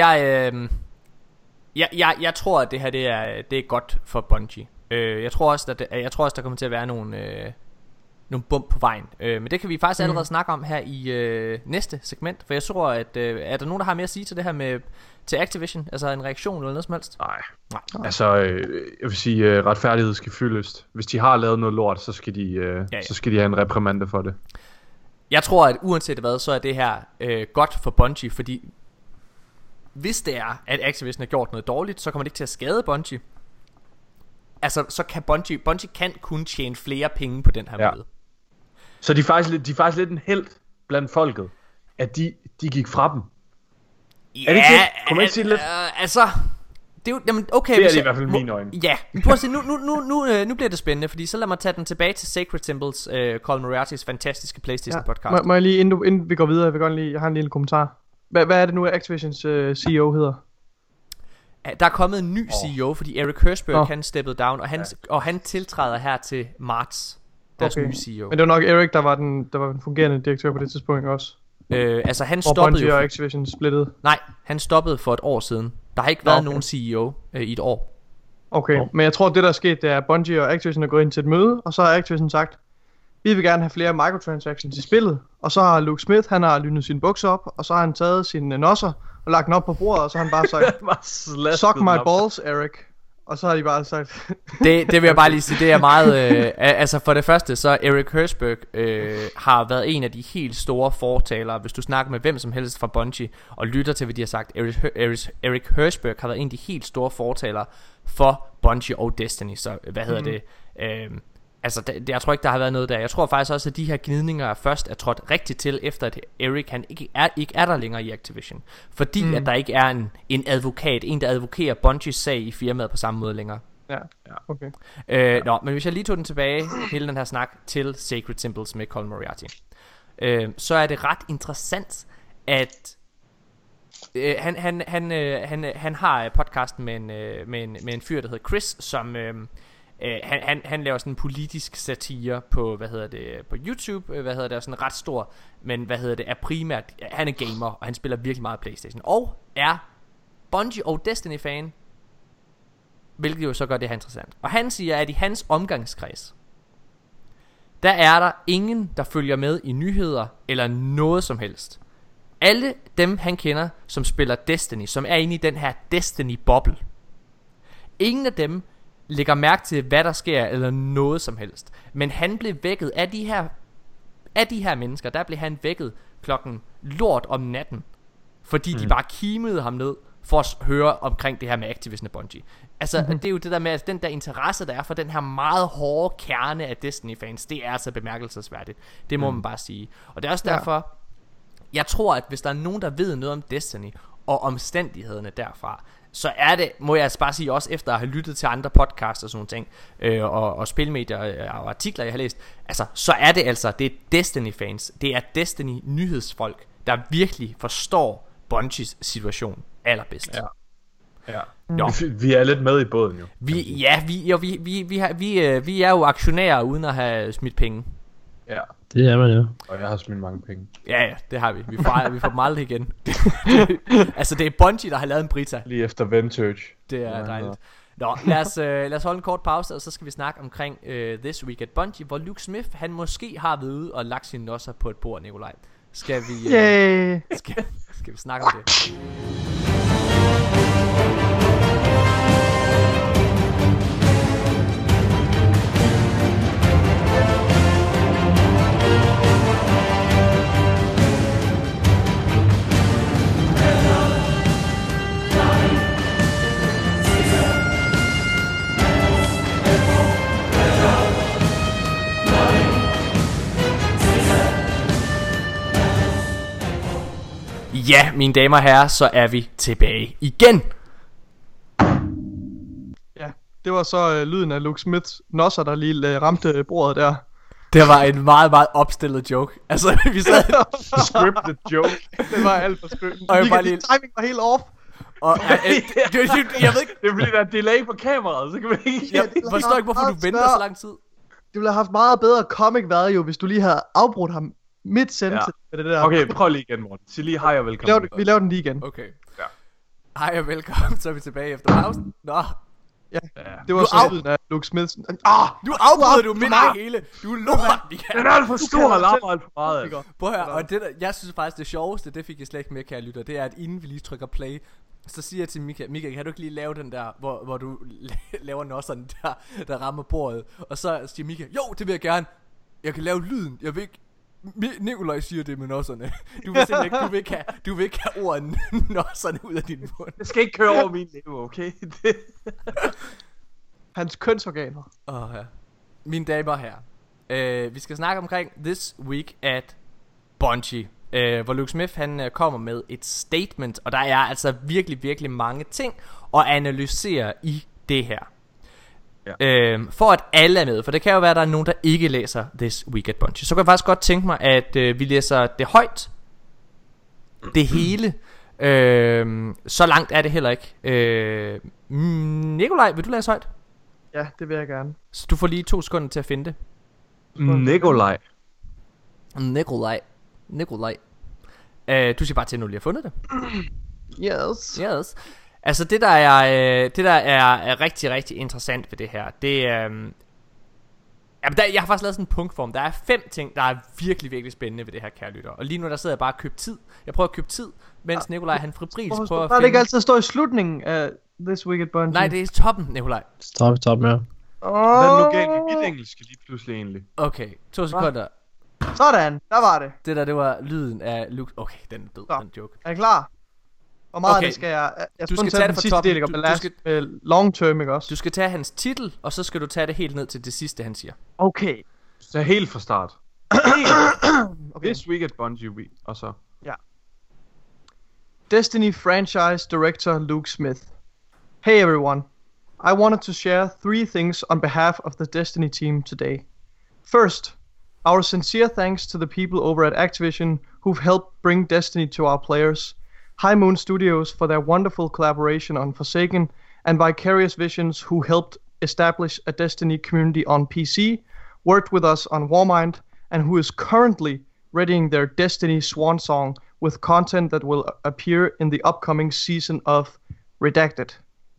jeg tror at det her det er godt for Bungie. Jeg tror også der kommer til at være nogle bump på vejen. Men det kan vi faktisk allerede snakke om her i næste segment, for jeg tror at er der nogen der har mere at sige til det her med til Activision, altså en reaktion eller noget som helst? Nej. Altså jeg vil sige retfærdighed skal fyldes. Hvis de har lavet noget lort, så skal de så skal de have en reprimande for det. Jeg tror at uanset hvad, så er det her godt for Bungie, fordi hvis det er at Activision har gjort noget dårligt, så kommer det ikke til at skade Bungie. Altså så kan Bungie kan kun tjene flere penge på den her måde. Så de er faktisk lidt en helt blandt folket, at de gik fra dem. Ja, er det ikke? Kunne man ikke sige lidt? Altså det er jo, jamen, okay, det er det i hvert fald mine øjne. Ja, men prøv at se, nu bliver det spændende, fordi så lad mig tage den tilbage til Sacred Symbols, Colin Moriartys fantastiske PlayStation podcast. Må jeg lige, inden vi går videre, jeg har en lille kommentar. Hvad er det nu, Activisions CEO hedder? Der er kommet en ny CEO, fordi Eric Hirshberg han steppede down, og han tiltræder her til marts. Deres nye CEO. Men det var nok Eric, der var den fungerende direktør på det tidspunkt også. Altså han stoppede Bungie og Activision splittede. Nej, han stoppede for et år siden. Der har ikke været nogen CEO i et år. Okay, men jeg tror det der er sket, det er Bungie og Activision er gået ind til et møde, og så har Activision sagt, vi vil gerne have flere microtransactions i spillet. Og så har Luke Smith, han har lynet sine bukser op, og så har han taget sine nosser og lagt den op på bordet, og så har han bare sagt, suck my balls, Eric. Og så har de bare sagt det vil jeg bare lige sige, det er meget altså for det første, så Eric Hirshberg har været en af de helt store fortalere. Hvis du snakker med hvem som helst fra Bungie og lytter til hvad de har sagt, Eric Hirshberg har været en af de helt store fortalere for Bungie og Destiny. Så hvad hedder det altså jeg tror ikke der har været noget der. Jeg tror faktisk også at de her gnidninger først er trådt rigtigt til efter at Eric han ikke er der længere i Activision, fordi at der ikke er en advokat, en der advokerer Bungies sag i firmaet på samme måde længere. Ja, okay. Men hvis jeg lige tog den tilbage, hele den her snak til Sacred Symbols med Colin Moriarty, så er det ret interessant at han har podcasten med en fyr der hedder Chris, som han laver sådan en politisk satire på på YouTube, sådan ret stor, men er primært han er gamer, og han spiller virkelig meget PlayStation og er Bungie og Destiny fan, hvilket jo så gør det her interessant. Og han siger at i hans omgangskreds der er der ingen der følger med i nyheder eller noget som helst. Alle dem han kender som spiller Destiny, som er inde i den her Destiny boble, ingen af dem lægger mærke til hvad der sker eller noget som helst. Men han blev vækket af de her mennesker. Der blev han vækket klokken lort om natten, fordi de bare kimede ham ned for at høre omkring det her med Activision og Bungie. Altså det er jo det der med at den der interesse der er for den her meget hårde kerne af Destiny fans, det er altså bemærkelsesværdigt. Det må man bare sige. Og det er også derfor jeg tror at hvis der er nogen der ved noget om Destiny og omstændighederne derfra, så er det, må jeg bare sige, også efter at have lyttet til andre podcasts og sådan nogle ting, og spilmedier og artikler jeg har læst, altså så er det det er Destiny fans, det er Destiny nyhedsfolk, der virkelig forstår Bungies situation allerbedst. Ja. Vi er lidt med i båden jo. Vi er jo aktionærer uden at have smidt penge. Ja. Det er man jo. Og jeg har smidt mange penge. Ja, det har vi. Vi får dem aldrig igen. Altså det er Bungie der har lavet en Brita. Lige efter Vintage. Det er dejligt. Nå, lad os holde en kort pause, og så skal vi snakke omkring This Week at Bungie, hvor Luke Smith han måske har været ude og lagt sine nosser på et bord, Nikolaj. Skal vi skal vi snakke om det? Ja, mine damer og herrer, så er vi tilbage igen. Ja, det var så lyden af Luke Smiths nosser, der lige ramte bordet der. Det var en meget, meget opstillet joke. Altså, vi sad... Scripted joke. Det var alt for scriptet. Og timing var helt off. Og, jeg ved ikke... Det er fordi, der er delay på kameraet, så kan man ikke... Jeg forstår ikke, hvorfor du venter så lang tid. Det ville have haft meget bedre comic value, hvis du lige havde afbrudt ham midt-sentence med det der. Okay, prøv lige igen, Morten. Sig lige hej og velkommen. Vi laver den lige igen. Okay. Ja. Hej og velkommen, så er vi tilbage efter pausen. Nå. Ja, det var så lyden af Luke Smith. Nu afbryder du midt i det hele. Du er lort, Michael. Den er alt for stor og larmer alt for meget. Prøv at høre, og det der, jeg synes faktisk det sjoveste, det fik jeg slet ikke med, kære lytter. Det er, at inden vi lige trykker play, så siger jeg til Michael, kan du ikke lige lave den der, hvor du laver nosserne der rammer bordet. Og så siger Michael, jo, det vil jeg gerne. Jeg kan lave lyden, jeg vil ikke. Nikolaj siger det med nosserne. Du vil simpelthen ikke, du vil ikke have ordet nosserne ud af din mund. Det skal ikke køre over min læbe, okay? Hans kønsorganer. Ja. Mine damer og herrer, vi skal snakke omkring This Week at Bungie, hvor Luke Smith han kommer med et statement. Og der er altså virkelig, virkelig mange ting at analysere i det her. Ja. For at alle er med. For det kan jo være at der er nogen der ikke læser This Week at Bungie. Så kan jeg faktisk godt tænke mig at vi læser det højt. Det hele. Så langt er det heller ikke. Nikolaj, vil du læse højt? Ja, det vil jeg gerne. Så du får lige 2 sekunder til at finde det. Nikolaj. Du siger bare til når du lige har fundet det. Yes. Altså det der er rigtig, rigtig interessant ved det her, det er jeg har faktisk lavet sådan en punktform. Der er 5 ting der er virkelig, virkelig spændende ved det her, kære lytter. Og lige nu der sidder jeg bare og køber tid. Jeg prøver at købe tid, mens Nikolaj han febrilsk prøver at finde. Der ikke altid står i slutningen af This Week at Bungie. Nej, det er i toppen, Nikolaj. Top, ja. Hvad er nu galt med mit engelsk lige pludselig egentlig? Okay, 2 sekunder. Sådan, der var det. Det var lyden af Luke. Okay, den er død, den joke. Er I klar? Hvor meget okay. Det skal jeg... Du skal tage det fra toppen. Du skal long term, ikke også? Du skal tage hans titel, og så skal du tage det helt ned til det sidste han siger. Okay. Så helt fra start. Okay. This Week at Bungie Week, og så. Ja. Destiny franchise director Luke Smith. Hey everyone. I wanted to share 3 things on behalf of the Destiny team today. First, our sincere thanks to the people over at Activision who've helped bring Destiny to our players. High Moon Studios for their wonderful collaboration on Forsaken, and Vicarious Visions who helped establish a Destiny community on PC, worked with us on Warmind, and who is currently readying their Destiny swan song with content that will appear in the upcoming season of Redacted.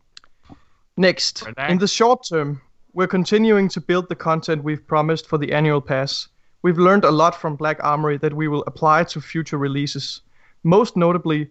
Next, in the short term, we're continuing to build the content we've promised for the annual pass. We've learned a lot from Black Armory that we will apply to future releases. Most notably,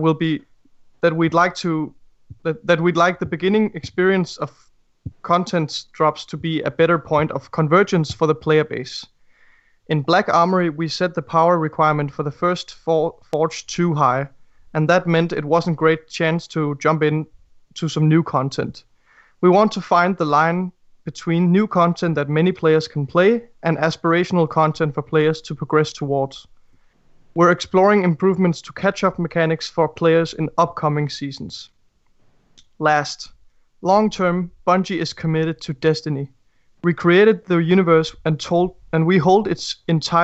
we'd like the beginning experience of content drops to be a better point of convergence for the player base. In Black Armory, we set the power requirement for the first Forge too high, and that meant it wasn't great chance to jump in to some new content. We want to find the line between new content that many players can play and aspirational content for players to progress towards. We're exploring improvements to catch-up mechanics for players in upcoming seasons. Last, long-term, Bungie is committed to Destiny. We created the universe and we hold its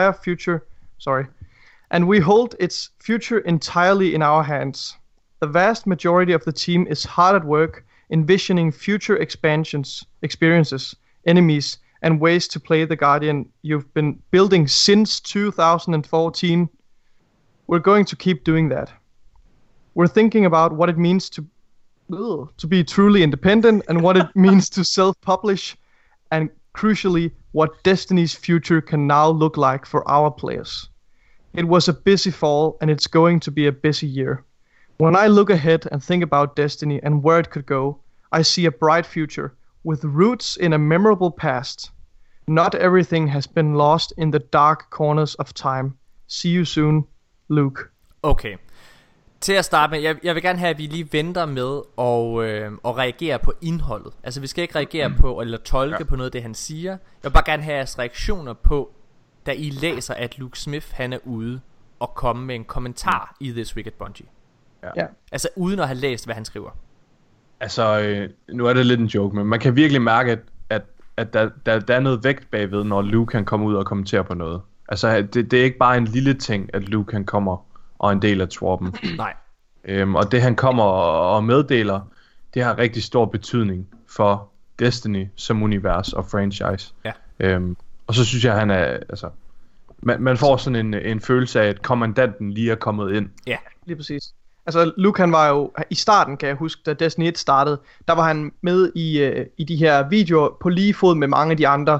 future entirely in our hands. The vast majority of the team is hard at work envisioning future experiences, enemies, and ways to play the Guardian you've been building since 2014. We're going to keep doing that. We're thinking about what it means to be truly independent and what it means to self-publish, and crucially, what Destiny's future can now look like for our players. It was a busy fall, and it's going to be a busy year. When I look ahead and think about Destiny and where it could go, I see a bright future with roots in a memorable past. Not everything has been lost in the dark corners of time. See you soon, Luke. Okay. Til at starte med, jeg vil gerne have, at vi lige venter med og reagere på indholdet. Altså vi skal ikke reagere på eller tolke på noget af det han siger. Jeg vil bare gerne have jeres reaktioner på, da I læser at Luke Smith han er ude at komme med en kommentar i This Week at Bungie. Ja. Altså uden at have læst, hvad han skriver. Altså, nu er det lidt en joke, men man kan virkelig mærke, at der er noget vægt bagved, når Luke kan komme ud og kommentere på noget. Altså, det er ikke bare en lille ting, at Luke kan komme og en del af twarpen. Nej. Og det han kommer og meddeler, det har rigtig stor betydning for Destiny som univers og franchise. Ja. Og så synes jeg, han er, altså, man får sådan en følelse af, at kommandanten lige er kommet ind. Ja, lige præcis. Altså Luke, han var jo i starten, kan jeg huske, da Destiny 1 startede, der var han med i de her videoer på lige fod med mange af de andre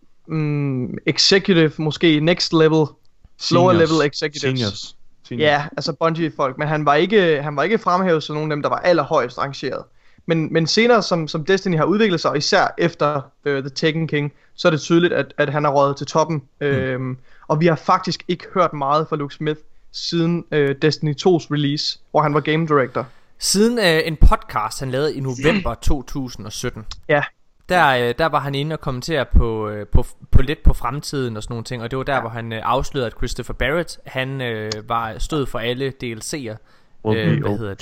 executive, måske next level, lower level executives. Seniors. Ja, altså Bungie folk, men han var ikke fremhævet som nogle af dem, der var allerhøjst rangeret. Men senere, som Destiny har udviklet sig, og især efter The Taken King, så er det tydeligt, at han er røget til toppen. Og vi har faktisk ikke hørt meget fra Luke Smith siden Destiny 2's release, hvor han var game director. Siden en podcast, han lavede i november 2017. Ja. Der var han inde og kommentere på lidt på fremtiden og sådan nogle ting. Og det var der, hvor han afslørede, at Christopher Barrett, han stod for alle DLC'er. Hvad hedder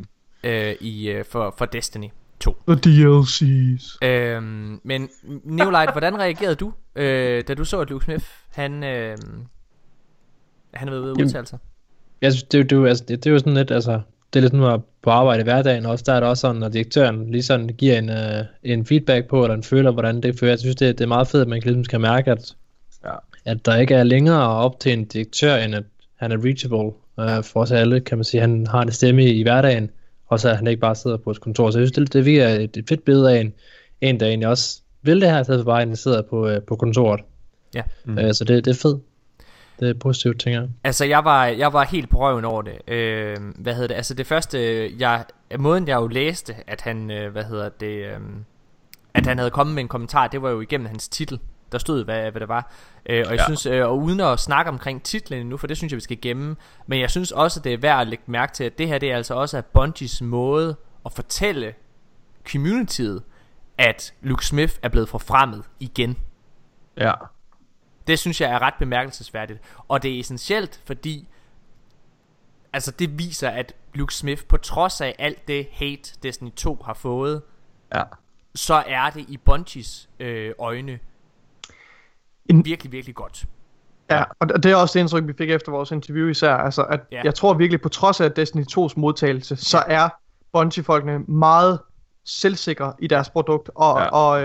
det? For Destiny 2. The DLC's. Men Neolight, hvordan reagerede du, da du så, at Luke Smith, han havde været ude at udtale sig? Jeg synes, det er jo sådan lidt, altså, det er lidt sådan at på arbejde i hverdagen også, der er det også sådan, når direktøren lige sådan giver en feedback på, eller en føler, hvordan det føler. Jeg synes, det er meget fedt, at man ligesom kan mærke, at der ikke er længere op til en direktør, end at han er reachable for os alle, kan man sige. Han har en stemme i hverdagen, og så han ikke bare sidder på et kontor. Så jeg synes, det er et fedt billede af en, der egentlig også vil det her, i stedet for bare en, der sidder på kontoret. Ja. Så det er fedt. Det er positivt, tænker jeg. Altså, jeg var helt på røven over det. Hvad hedder det? Altså, det første, måden jeg jo læste, at han, at han havde kommet med en kommentar, det var jo igennem hans titel. Der stod, hvad det var. Og jeg synes, og uden at snakke omkring titlen nu, for det synes jeg, vi skal gemme. Men jeg synes også, det er værd at lægge mærke til, at det her, det er altså også er Bungies måde at fortælle communityet, at Luke Smith er blevet forfremmet igen. Ja. Det synes jeg er ret bemærkelsesværdigt. Og det er essentielt, fordi altså det viser, at Luke Smith, på trods af alt det hate Destiny 2 har fået, så er det i Bungies øjne virkelig, virkelig godt. Ja, og det er også det indtryk, vi fik efter vores interview især. Altså, at jeg tror virkelig, på trods af Destiny 2's modtagelse, så er Bungie-folkene meget selvsikre i deres produkt, og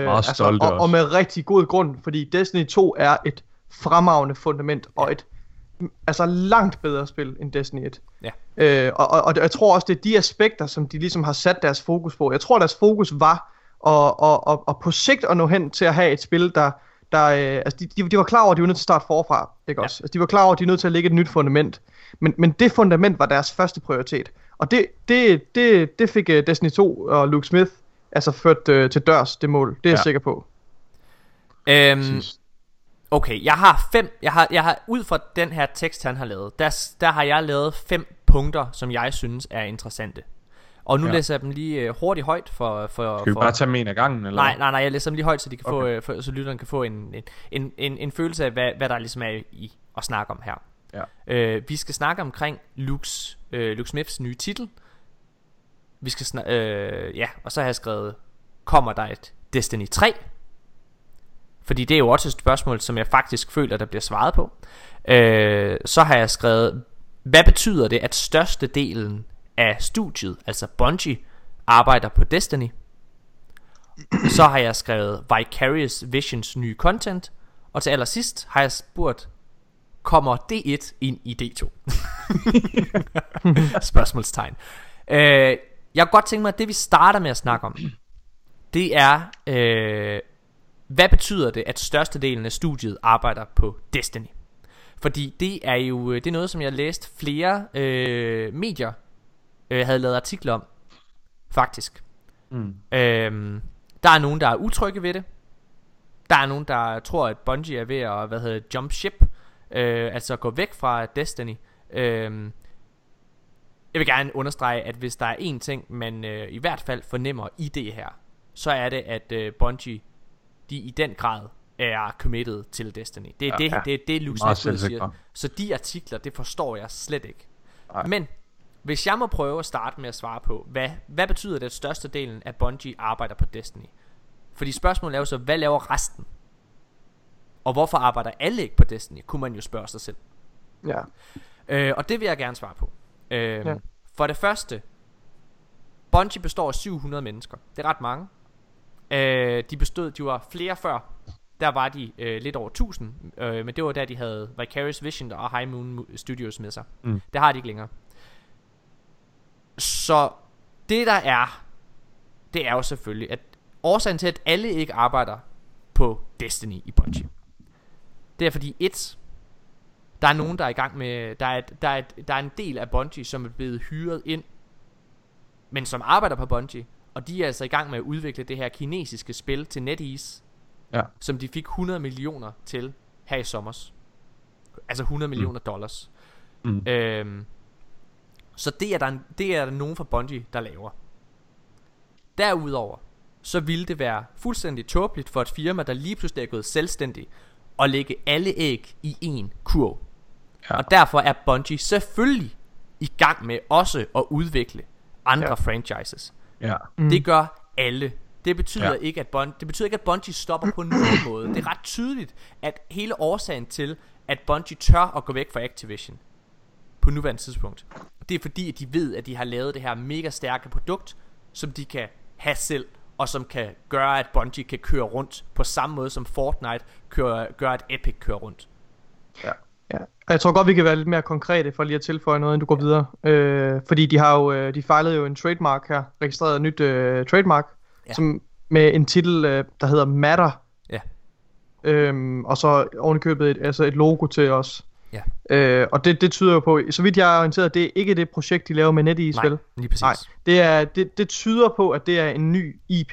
med rigtig god grund, fordi Destiny 2 er et fremragende fundament, og et langt bedre spil end Destiny 1. Ja. Og jeg tror også, det er de aspekter, som de ligesom har sat deres fokus på. Jeg tror, deres fokus var og på sigt at nå hen til at have et spil, der altså de var klar over, at de var nødt til at starte forfra, ikke også? Altså, de var klar over, at de var nødt til at lægge et nyt fundament. Men det fundament var deres første prioritet. Og det fik Destiny 2 og Luke Smith altså ført til dørs, det mål. Det er jeg sikker på. Okay, jeg har ud fra den her tekst, han har lavet, der har jeg lavet 5 punkter, som jeg synes er interessante. Og nu læser jeg dem lige hurtigt højt for Skal vi bare tage dem en af gangen, eller? Nej, jeg læser dem lige højt, så de kan så lytteren kan få en følelse af, hvad der ligesom er i at snakke om her. Ja. Vi skal snakke omkring Luke Smiths nye titel. Vi skal og så har jeg skrevet, kommer der et Destiny 3? Fordi det er jo også et spørgsmål, som jeg faktisk føler, der bliver svaret på. Så har jeg skrevet, hvad betyder det, at størstedelen af studiet, altså Bungie, arbejder på Destiny? Så har jeg skrevet Vicarious Visions nye content. Og til allersidst har jeg spurgt, kommer D1 ind i D2? Spørgsmålstegn. Jeg kunne godt tænke mig, at det vi starter med at snakke om, det er, hvad betyder det, at størstedelen af studiet arbejder på Destiny? Fordi det er jo det er noget, som jeg læste flere medier havde lavet artikler om, faktisk. Der er nogen, der er utrygge ved det. Der er nogen, der tror, at Bungie er ved at jump ship, altså gå væk fra Destiny. Jeg vil gerne understrege, at hvis der er en ting, man i hvert fald fornemmer i det her, så er det, at Bungie, de i den grad er committed til Destiny. Det er det Luke Smith siger. Så de artikler, det forstår jeg slet ikke. Men hvis jeg må prøve at starte med at svare på, hvad betyder det største delen af Bungie arbejder på Destiny? Fordi spørgsmålet er jo så, hvad laver resten? Og hvorfor arbejder alle ikke på Destiny? Kunne man jo spørge sig selv. Ja. Og det vil jeg gerne svare på. For det første, Bungie består af 700 mennesker. Det er ret mange. De var flere før. Der var de lidt over 1000. Men det var da de havde Vicarious Vision og High Moon Studios med sig. Det har de ikke længere. Så det der er, det er jo selvfølgelig, at årsagen til, at alle ikke arbejder på Destiny i Bungie, det er fordi der er nogen, der er i gang med, der er en del af Bungie, som er blevet hyret ind, men som arbejder på Bungie, og de er altså i gang med at udvikle det her kinesiske spil til NetEase, som de fik 100 millioner til her i sommers. Altså 100 millioner dollars. Så det er der nogen fra Bungie, der laver. Derudover, så ville det være fuldstændig tåbeligt for et firma, der lige pludselig er gået selvstændig, at lægge alle æg i en kurv. Og derfor er Bungie selvfølgelig i gang med også at udvikle andre franchises. Det gør alle. Det betyder ikke, at Bungie stopper på nogen måde. Det er ret tydeligt, at hele årsagen til, at Bungie tør at gå væk fra Activision på nuværende tidspunkt, det er fordi, at de ved, at de har lavet det her mega stærke produkt, som de kan have selv, og som kan gøre, at Bungie kan køre rundt på samme måde som Fortnite gør, at Epic kører rundt. Ja. Og jeg tror godt, vi kan være lidt mere konkrete for lige at tilføje noget, inden du går videre. Fordi de fejlede jo en trademark her, registreret et nyt trademark, som med en titel, der hedder Matter. Og så ovenikøbet et logo til os. Og det tyder jo på, så vidt jeg er orienteret, det er ikke det projekt, de laver med NetEase, vel? Lige præcis. Nej, det tyder på, at det er en ny IP.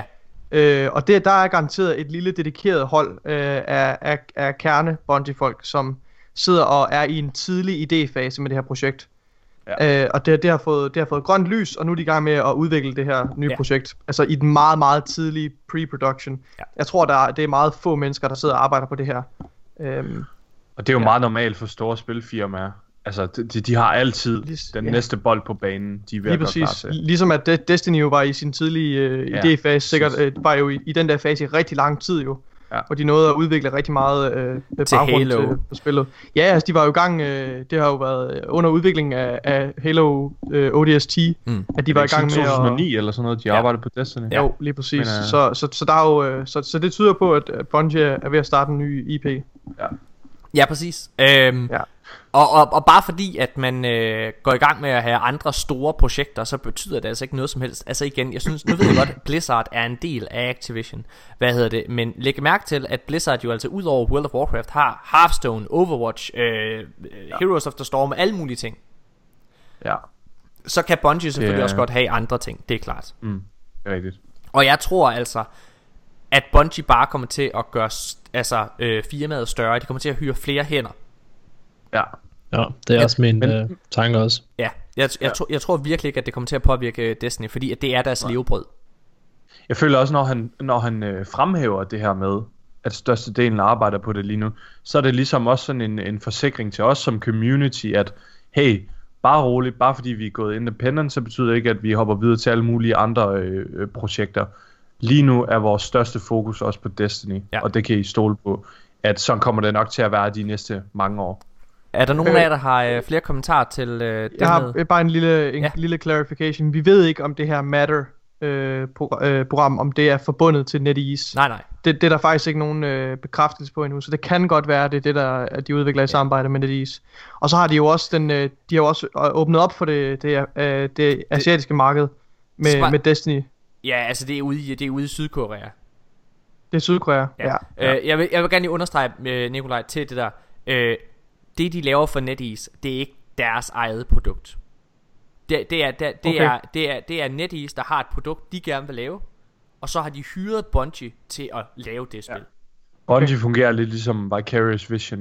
Og der er garanteret et lille dedikeret hold af kerne Bungie-folk, som sidder og er i en tidlig idéfase med det her projekt. Og det har fået grønt lys, og nu er de i gang med at udvikle det her nye projekt. Altså i den meget, meget tidlige pre-production. Jeg tror, det er meget få mennesker, der sidder og arbejder på det her. Og det er jo meget normalt for store spilfirmaer. Altså, de har altid den næste bold på banen, de er ved at gøre klar til. Ligesom at Destiny jo var i sin tidlige idéfase, sikkert var jo i den der fase i rigtig lang tid jo. Hvor de nåede at udvikle rigtig meget baggrund til spillet. Ja, altså de var jo i gang, det har jo været under udviklingen af Halo ODST, at de var i gang med 2009 eller sådan noget, de arbejdede på Destiny. Jo, lige præcis. Så der er jo, så det tyder på, at Bungie er ved at starte en ny IP. Ja, præcis. Og bare fordi at man går i gang med at have andre store projekter, så betyder det altså ikke noget som helst. Altså igen, jeg synes, nu ved jeg godt, at Blizzard er en del af Activision. Men læg mærke til, at Blizzard jo altså ud over World of Warcraft har Hearthstone, Overwatch, Heroes of the Storm, alle mulige ting. Så kan Bungie selvfølgelig også godt have andre ting, det er klart. Det er rigtigt. Og jeg tror altså, at Bungie bare kommer til at gøre firmaet større. De kommer til at hyre flere hænder. Ja, det er også min tanke også. Ja, jeg tror virkelig ikke, at det kommer til at påvirke Destiny, fordi at det er deres levebrød. Jeg føler også, når han fremhæver det her med, at størstedelen arbejder på det lige nu, så er det ligesom også sådan en forsikring til os som community, at hey, bare roligt, bare fordi vi er gået independent, så betyder det ikke, at vi hopper videre til alle mulige andre projekter. Lige nu er vores største fokus også på Destiny, og det kan I stole på, at sådan kommer det nok til at være de næste mange år. Er der nogen af jer, der har flere kommentarer til det? Jeg har bare en lille clarification. Vi ved ikke, om det her Matter program, om det er forbundet til NetEase. Nej. Det er der faktisk ikke nogen bekræftelse på endnu, så det kan godt være, det er det, at de udvikler i samarbejde med NetEase. Og så har de jo også de har også åbnet op for det asiatiske marked med Destiny. Ja, altså det er ude i Sydkorea. Det er Sydkorea, ja. Jeg vil gerne lige understrege, Nikolaj, til det der. Det de laver for NetEase, det er ikke deres eget produkt. Det er NetEase, der har et produkt, de gerne vil lave, og så har de hyret Bungie til at lave det spil. Bungie fungerer lidt ligesom Vicarious Vision lige nu.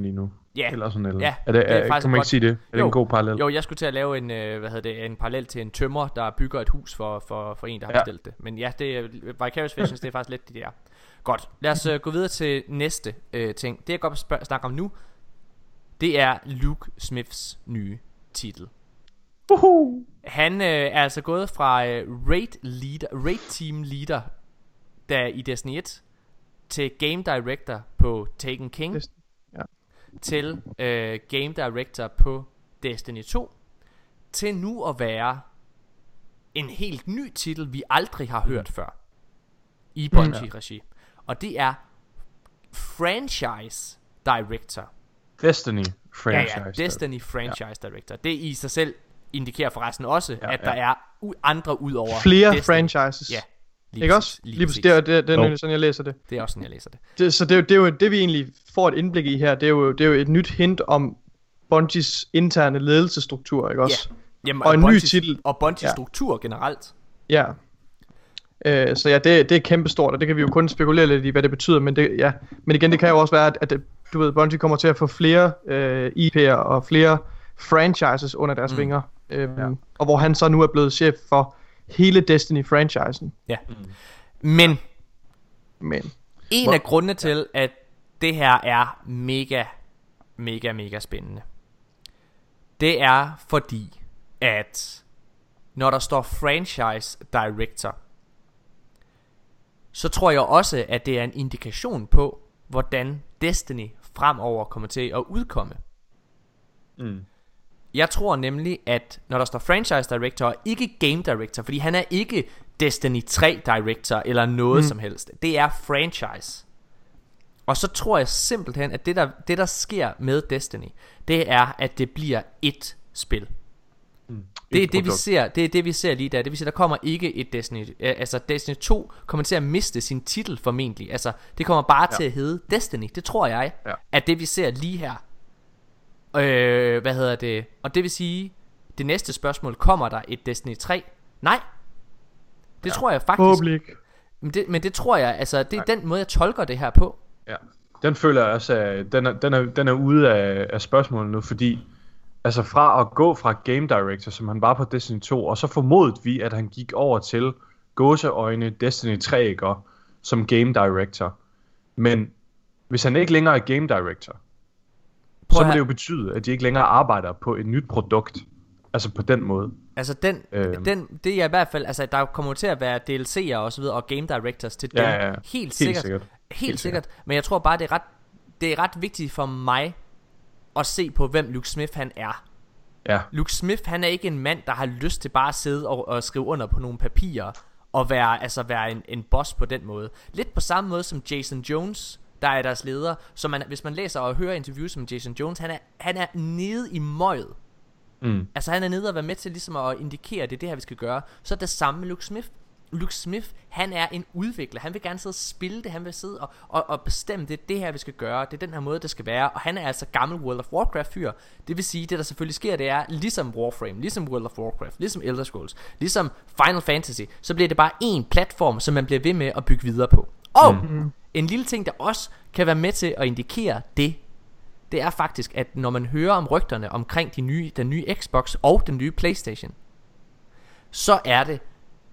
Ja. Eller sådan noget. Ja, er det faktisk kan man ikke sige det? Er det en god parallel? Jo, jeg skulle til at lave en parallel til en tømrer, der bygger et hus for en, der har bestilt det. Men ja, det er Vicarious Visions, det er faktisk lidt det der. Godt, lad os gå videre til næste ting. Det jeg godt vil snakke om nu, det er Luke Smiths nye titel. Han er altså gået fra Raid Team Leader i Destiny 1 til Game Director på Taken King, til Game Director på Destiny 2, til nu at være en helt ny titel, vi aldrig har hørt før i Bungie-regi. Og det er Franchise Director. Destiny Franchise. Destiny Franchise Director. Det i sig selv indikerer forresten også, at der er andre ud over flere Destiny. Franchises. Ja. Ikke også? Lige præcis. Det er sådan jeg læser det. Det er også sådan jeg læser det. Så det er jo det vi egentlig får et indblik i her. Det er jo et nyt hint om Bungies interne ledelsesstruktur, ikke også? Ja. Jamen, og en ny titel. Og Bungies struktur generelt. Ja. Så ja, det er kæmpestort, og det kan vi jo kun spekulere lidt i, hvad det betyder, men men igen, det kan jo også være, at du ved, Bungie kommer til at få flere IP'er og flere franchises under deres vinger, og hvor han så nu er blevet chef for hele Destiny-franchisen. Ja. Men en af grundene til, at det her er mega spændende, det er fordi, at når der står Franchise Director, så tror jeg også, at det er en indikation på, hvordan Destiny fremover kommer til at udkomme. Jeg tror nemlig, at når der står Franchise Director og ikke Game Director, fordi han er ikke Destiny 3 Director eller noget som helst, det er franchise. Og så tror jeg simpelthen, at det der sker med Destiny, det er, at det bliver ét spil. Det er det vi ser. Det er det vi ser lige der. Det vil sige, der kommer ikke et Destiny. Altså Destiny 2 kommer til at miste sin titel formentlig. Altså det kommer bare til at hedde Destiny. Det tror jeg at det vi ser lige her. Og det vil sige, det næste spørgsmål, kommer der et Destiny 3? Nej. Det tror jeg faktisk. Men det tror jeg. Altså det er den måde jeg tolker det her på. Ja. Den føler jeg også at den er ude af spørgsmålet nu, fordi altså fra at gå fra Game Director, som han var på Destiny 2, og så formodede vi, at han gik over til gåseøjne Destiny 3 som Game Director. Men hvis han ikke længere er Game Director, så må det jo betyde, at de ikke længere arbejder på et nyt produkt. Altså på den måde. Altså det er i hvert fald, altså der kommer til at være DLC'er og så videre, og Game Directors til dem. Ja. Helt sikkert. Men jeg tror bare, det er ret vigtigt for mig at se på, hvem Luke Smith han er. Ja. Luke Smith, han er ikke en mand, der har lyst til bare at sidde og skrive under på nogle papirer og være en boss på den måde. Lidt på samme måde som Jason Jones, der er deres leder. Så hvis man læser og hører interviews med Jason Jones, han er nede i møget. Altså han er nede og være med til ligesom at indikere, det er det her vi skal gøre. Så er det samme med Luke Smith. Luke Smith, han er en udvikler. Han vil gerne sidde og spille det. Han vil sidde og bestemme, det her vi skal gøre. Det er den her måde det skal være. Og han er altså gammel World of Warcraft fyr. Det vil sige, det der selvfølgelig sker, det er ligesom Warframe, ligesom World of Warcraft, ligesom Elder Scrolls, ligesom Final Fantasy. Så bliver det bare en platform, som man bliver ved med at bygge videre på. Og en lille ting, der også kan være med til at indikere det er faktisk, at når man hører om rygterne omkring den nye Xbox og den nye PlayStation, så er det,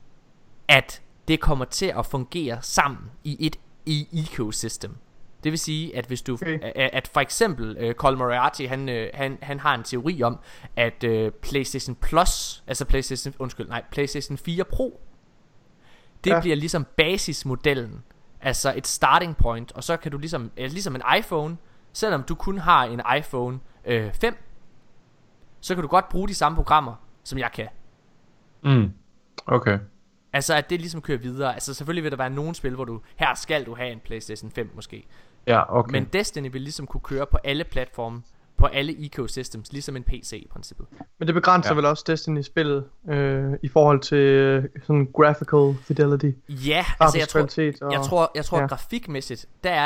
at det kommer til at fungere sammen i et ecosystem. Det vil sige, at hvis du at for eksempel Colin Moriarty, han har en teori om, at PlayStation Plus, altså PlayStation 4 Pro, det bliver ligesom basismodellen, altså et starting point, og så kan du ligesom en iPhone, selvom du kun har en iPhone 5, så kan du godt bruge de samme programmer, som jeg kan. Okay. Altså at det ligesom kører videre. Altså selvfølgelig vil der være nogle spil, hvor her skal du have en PlayStation 5 måske. Ja, okay. Men Destiny vil ligesom kunne køre på alle platforme, på alle ecosystems, ligesom en PC i princippet. Men det begrænser vel også Destiny-spillet i forhold til sådan graphical fidelity. Ja, altså jeg tror grafikmæssigt,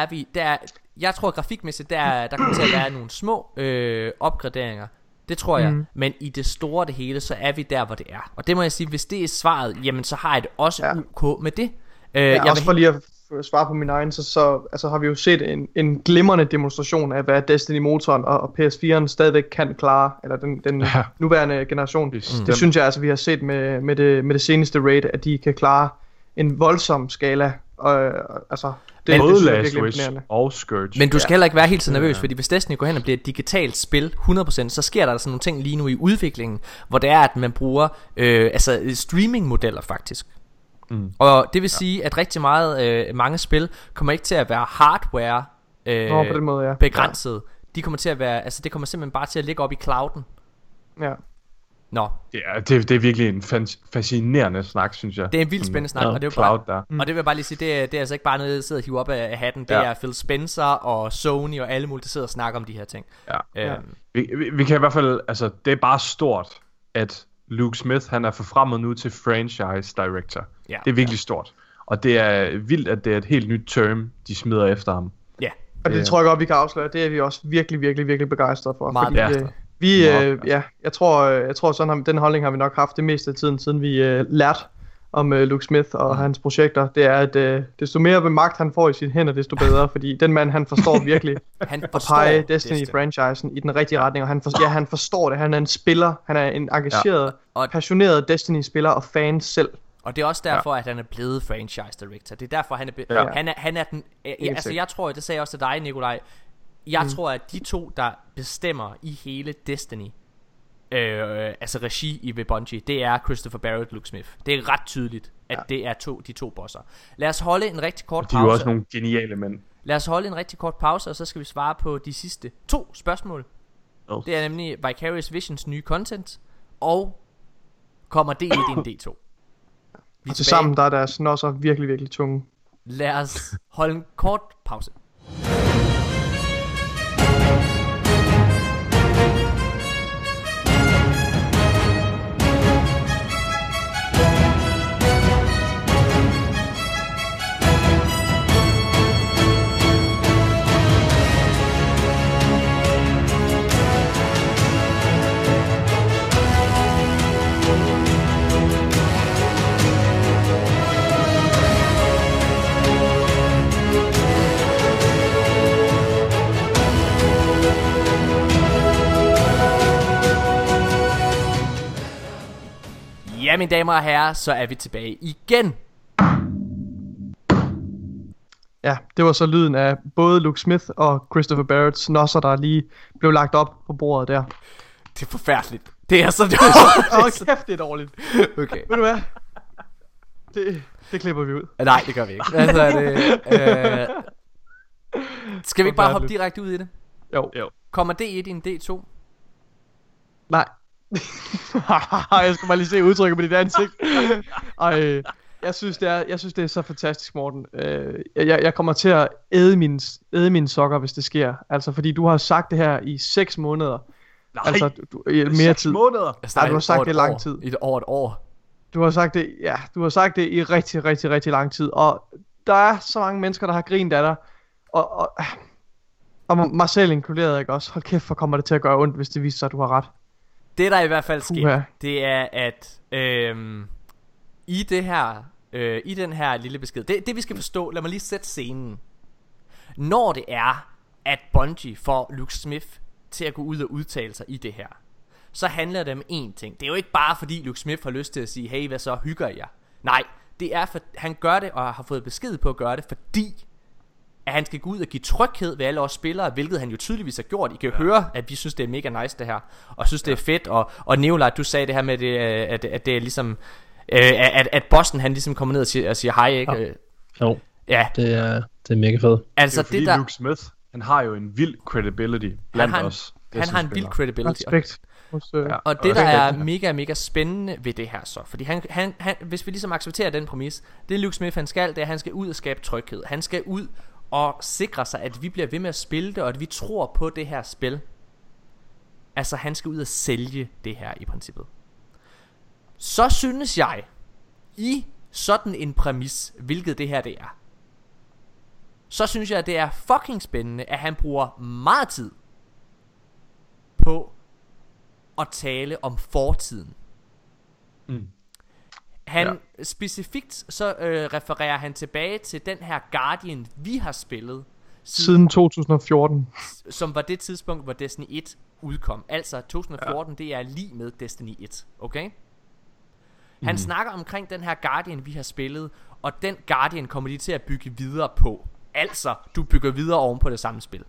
jeg tror grafikmæssigt, der kommer til at være nogle små opgraderinger. Det tror jeg. Men i det store det hele, så er vi der, hvor det er. Og det må jeg sige, hvis det er svaret, jamen så har jeg det også ok med det. Også for lige at svare på min egen, så altså, har vi jo set en glimrende demonstration af, hvad Destiny-motoren og PS4'en stadigvæk kan klare, eller den nuværende generation. Det synes jeg altså, vi har set med det seneste raid, at de kan klare en voldsom skala. Altså, det både Last Wish og Scourge. Men du skal heller ikke være helt så nervøs, fordi hvis Destiny går hen og bliver et digitalt spil 100%, så sker der sådan nogle ting lige nu i udviklingen, hvor det er, at man bruger streaming-modeller faktisk. Og det vil sige, at rigtig mange spil kommer ikke til at være hardware på den måde, begrænset. De kommer til at være, altså det kommer simpelthen bare til at ligge op i clouden. Ja. Nå. Det er virkelig en fascinerende snak, synes jeg. Det er en vildt spændende snak, og det er cloud bare, og det vil jeg bare lige sige, det er altså ikke bare noget, jeg sidder og hiver op af hatten. Det er Phil Spencer og Sony og alle mulige, der sidder og snakker om de her ting. Vi kan i hvert fald, altså det er bare stort, at Luke Smith, han er forfremmet nu til franchise director. Det er virkelig stort. Og det er vildt, at det er et helt nyt term, de smider efter ham. Ja. Og det tror jeg godt, vi kan afsløre. Det er vi også virkelig, virkelig, virkelig begejstrede for. Meget begejstret. Jeg tror sådan, den holdning har vi nok haft det meste af tiden, siden vi lærte om Luke Smith og hans projekter. Det er, at desto mere magt han får i sine hænder, desto bedre. Fordi den mand, han forstår virkelig at pege Destiny-franchisen i den rigtige retning. Og han forstår det. Han er en spiller. Han er en engageret, passioneret Destiny-spiller og fan selv. Og det er også derfor, at han er blevet franchise director. Det er derfor, han er den... altså, jeg tror, det sagde jeg også til dig, Nikolaj. Jeg tror, at de to, der bestemmer i hele Destiny, altså regi i ved Bungie, det er Christopher Barrett og Luke Smith. Det er ret tydeligt, at det er de to bosser. Lad os holde en rigtig kort pause. De er jo også nogle geniale mænd. Lad os holde en rigtig kort pause, og så skal vi svare på de sidste 2 spørgsmål. Det er nemlig Vicarious Visions nye content, og kommer det i din D2. Og til sammen, der er deres nosser virkelig, virkelig tunge. Lad os holde en kort pause. Ja, mine damer og herrer, så er vi tilbage igen. Ja, det var så lyden af både Luke Smith og Christopher Barretts nosser, der lige blev lagt op på bordet der. Det er forfærdeligt. Det er så dårligt. Kæft, det er dårligt. Okay. Ved du hvad? Det klipper vi ud. Nej, det gør vi ikke. Skal vi ikke bare hoppe direkte ud i det? Jo. Kommer det i din D2? Nej. Jeg skal bare lige se udtrykket på dit ansigt. Jeg synes det er så fantastisk, Morten. Jeg kommer til at æde mine sokker, hvis det sker. Altså fordi du har sagt det her i 6 måneder. Nej, altså mere 6 tid. måneder. Nej, du har sagt det i lang tid. Over et år. Du har sagt det, du har sagt det i rigtig, rigtig, rigtig lang tid. Og der er så mange mennesker, der har grint af dig. Og mig selv inkluderet, ikke også? Hold kæft, hvor kommer det til at gøre ondt, hvis det viser sig, at du har ret. Det der i hvert fald sker, det er at i det her i den her lille besked, det vi skal forstå, lad mig lige sætte scenen. Når det er at Bungie får Luke Smith til at gå ud og udtale sig i det her, så handler det om én ting. Det er jo ikke bare fordi Luke Smith har lyst til at sige, hey, hvad så, hygger jeg? Nej, det er for han gør det og har fået besked på at gøre det, fordi at han skal gå ud og give tryghed ved alle os spillere, hvilket han jo tydeligvis har gjort. I kan høre, at vi synes det er mega nice det her, og synes det er fedt. Og Nikolaj, du sagde det her med det, at det er ligesom at bossen han ligesom kommer ned og siger hej, ikke? Jo. Ja, det er mega fedt. Altså det der Luke Smith, han har jo en vild credibility blandt os. Han har en vild credibility. Og det der er mega spændende ved det her så, fordi han hvis vi ligesom accepterer den præmis, det Luke Smith han skal, det er at han skal ud og skabe tryghed. Han skal ud og sikre sig, at vi bliver ved med at spille det, og at vi tror på det her spil. Altså han skal ud og sælge det her i princippet. Så synes jeg, i sådan en præmis, hvilket det her det er, så synes jeg, at det er fucking spændende, at han bruger meget tid på at tale om fortiden. Han specifikt så refererer han tilbage til den her Guardian, vi har spillet siden 2014, som var det tidspunkt, hvor Destiny 1 udkom. Altså 2014, det er lige med Destiny 1, okay? Han snakker omkring den her Guardian, vi har spillet, og den Guardian kommer de til at bygge videre på. Altså, du bygger videre oven på det samme spil.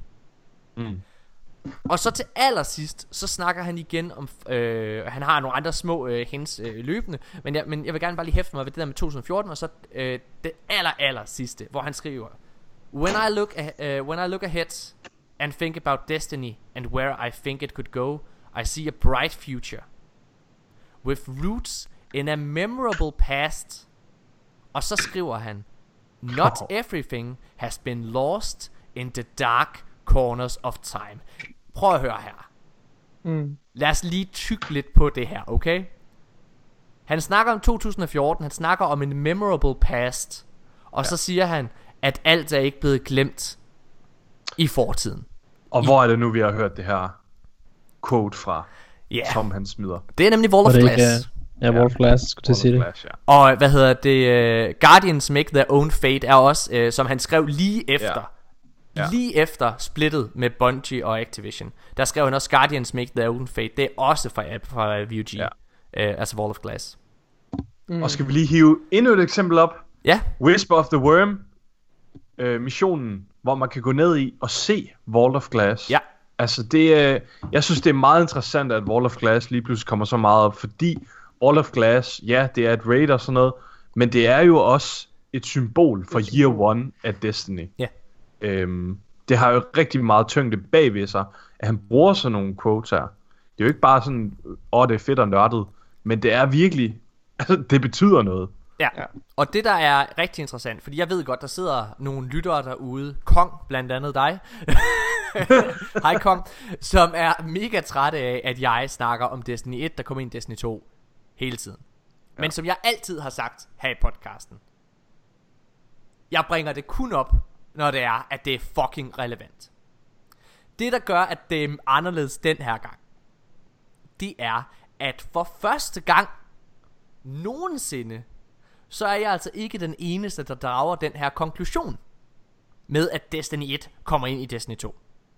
Og så til allersidst, så snakker han igen om, han har nogle andre små hints løbende, men jeg vil gerne bare lige hæfte mig ved det der med 2014, og så det aller sidste, hvor han skriver: When I look ahead and think about Destiny and where I think it could go, I see a bright future with roots in a memorable past. Og så skriver han: Not everything has been lost in the dark corners of time. Prøv at høre her. Lad os lige tygge lidt på det her, okay? Han snakker om 2014, han snakker om en memorable past, og så siger han, at alt er ikke blevet glemt i fortiden. Og hvor er det nu, vi har hørt det her quote fra, som han smider? Det er nemlig Wall of Glass. Ja, Wall of Glass, skulle jeg sige det. Ja. Og hvad hedder det? Guardians make their own fate er også, som han skrev lige efter. Lige efter splittet med Bungie og Activision. Der skrev han også Guardians make their own fate. Det er også fra VUG, altså Wall of Glass. Og skal vi lige hive endnu et eksempel op? Ja. Whisper of the Worm, missionen, hvor man kan gå ned i og se Wall of Glass. Ja. Altså jeg synes det er meget interessant, at Wall of Glass lige pludselig kommer så meget op, fordi Wall of Glass, ja, det er et raid og sådan noget, men det er jo også et symbol for Year One af Destiny. Ja. Det har jo rigtig meget tyngde bagved sig, at han bruger sådan nogle quotes her. Det er jo ikke bare sådan, det er fedt og nørdet, men det er virkelig, altså det betyder noget. Ja, og det der er rigtig interessant, fordi jeg ved godt, der sidder nogle lyttere derude, Kong blandt andet dig, hej Kong, som er mega trætte af, at jeg snakker om Destiny 1, der kommer ind i Destiny 2 hele tiden. Men som jeg altid har sagt her i podcasten, jeg bringer det kun op, når det er, at det er fucking relevant. Det der gør, at det er anderledes den her gang, det er, at for første gang nogensinde, så er jeg altså ikke den eneste, der drager den her konklusion med, at Destiny 1 kommer ind i Destiny 2.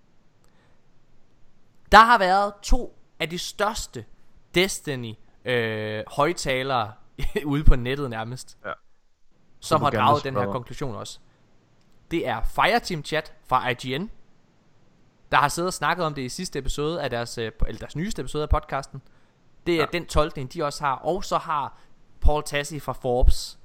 Der har været 2 af de største Destiny højtalere ude på nettet nærmest, som har draget den her konklusion også. Det er Fireteam Chat fra IGN, der har siddet og snakket om det i sidste episode af deres nyeste episode af podcasten. Det er den tolkning de også har. Og så har Paul Tassi fra Forbes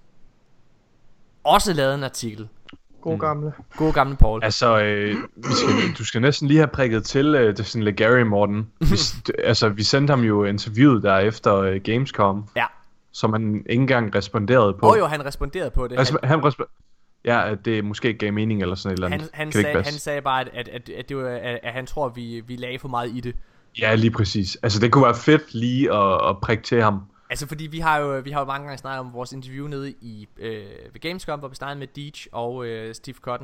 også lavet en artikel. God gamle Paul. Altså du skal næsten lige have prikket til det sådan Legary, Morten. Altså vi sendte ham jo interviewet der efter Gamescom. Ja. Som han ikke engang responderede på. Jo, han responderede på det. Ja, at det måske gav mening eller sådan et eller andet. Han sagde bare, at han tror, vi lagde for meget i det. Ja, lige præcis. Altså det kunne være fedt lige at prikke til ham. Altså fordi vi har jo mange gange snakket om vores interview nede i ved Gamescom, hvor vi snakkede med Deej og Steve Cotton,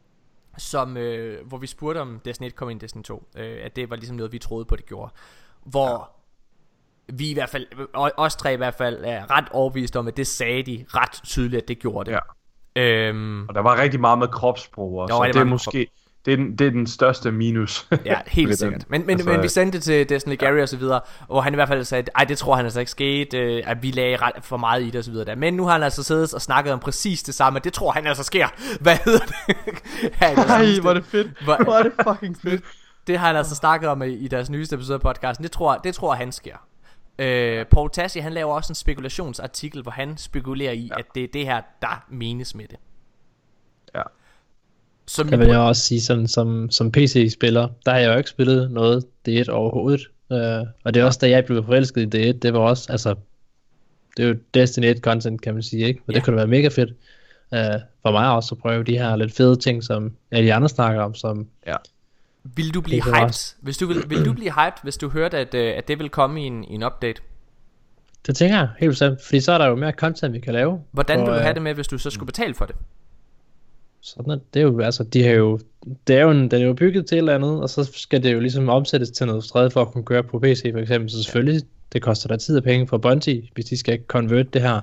hvor vi spurgte om Destiny 1 kom ind i Destiny 2, at det var ligesom noget vi troede på det gjorde. Hvor vi i hvert fald, os tre i hvert fald, er ret overbevist om, at det sagde de ret tydeligt, at det gjorde det. Ja. Og der var rigtig meget med kropssprog også, så det er måske det er den største minus. Ja, helt sikkert. Men vi sendte det til Destiny Gary og så videre, og han i hvert fald sagde, ej, det tror han altså ikke skete, at vi lagde for meget i det og så videre der. Men nu har han altså siddet og snakket om præcis det samme, det tror han altså sker. Hvad hedder det? Ej, hvor er det fedt. Hvor er det fucking fedt. Det har han altså snakket om i deres nyeste episode af podcasten. Det tror han sker. Paul Tassi, han laver også en spekulationsartikel, hvor han spekulerer i, at det er det her, der menes med det. Ja. Det vil jeg også sige, sådan, som PC-spiller, der har jeg jo ikke spillet noget D1 overhovedet. Og det er også, da jeg blev forelsket i D1, det var også, altså, det er jo Destiny 1 content, kan man sige, ikke? Men det kunne da være mega fedt for mig også at prøve de her lidt fede ting, som alle de andre snakker om, som... Ja. Vil du blive hyped? Vil du blive hyped, hvis du hørte, at det vil komme i en update? Det tænker jeg, helt bestemt, fordi så er der jo mere content, vi kan lave. Hvordan vil du have det med, hvis du så skulle betale for det? Sådan at det er jo, altså, den er jo bygget til et eller andet, og så skal det jo ligesom omsættes til noget stræde for at kunne køre på PC for eksempel, så selvfølgelig, det koster der tid og penge for Bungie, hvis de skal convert det her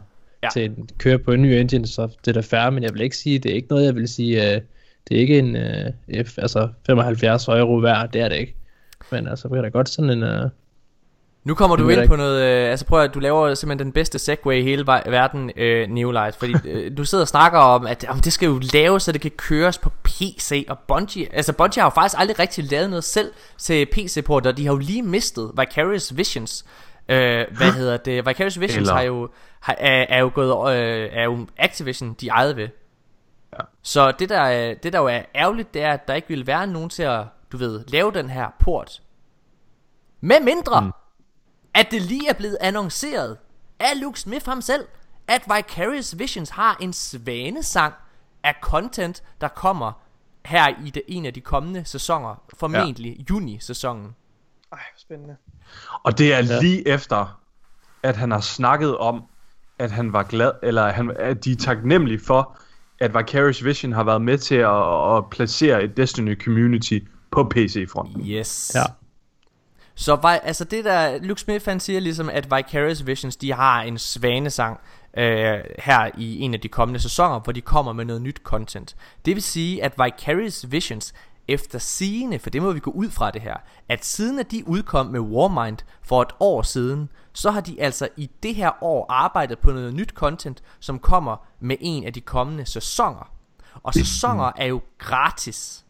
til en køre på en ny engine, så det er da fair, men jeg vil ikke sige, det er ikke noget, jeg vil sige, det er ikke en 75 euro værd, det er det ikke. Men altså, det er da godt sådan en... Nu kommer du ind på noget, altså prøv at du laver simpelthen den bedste segway i hele verden, Neolight, fordi du sidder og snakker om, at det skal jo laves, så det kan køres på PC, og Bungie har jo faktisk aldrig rigtig lavet noget selv til PC-port, og de har jo lige mistet Vicarious Visions. Vicarious Visions er jo Activision, de ejede ved. Ja. Så det der jo er ærgerligt, det er, at der ikke vil være nogen til at, lave den her port. Med mindre... at det lige er blevet annonceret af Luke Smith ham selv, at Vicarious Visions har en svanesang af content, der kommer her i en af de kommende sæsoner, formentlig juni-sæsonen. Ej, spændende. Og det er lige efter, at han har snakket om, at han var glad, eller at de er taknemmelige for, at Vicarious Vision har været med til at placere et Destiny community på PC-fronten. Yes. Ja. Så det der Luke Smith han siger ligesom, at Vicarious Visions de har en svanesang her i en af de kommende sæsoner, hvor de kommer med noget nyt content. Det vil sige, at Vicarious Visions efter sigende, for det må vi gå ud fra det her, at siden at de udkom med Warmind for et år siden, så har de altså i det her år arbejdet på noget nyt content, som kommer med en af de kommende sæsoner. Og sæsoner er jo gratis.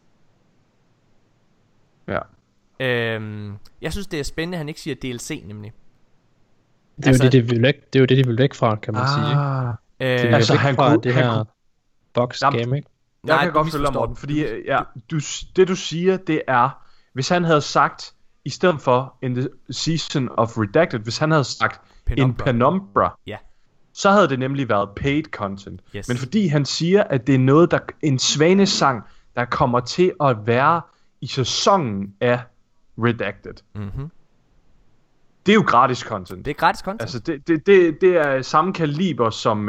Ja. Jeg synes det er spændende at han ikke siger DLC nemlig. Det er jo det de vil væk fra, kan man sige. Det vil væk fra det her box game, ikke? Jeg kan godt følge Morten, fordi det du siger, det er, hvis han havde sagt, i stedet for in the season of Redacted, hvis han havde sagt in Penumbra, så havde det nemlig været paid content. Yes. Men fordi han siger, at det er noget, en svanesang, der kommer til at være i sæsonen af Redacted. Mm-hmm. Det er jo gratis content. Det er gratis content. Altså det er samme kaliber som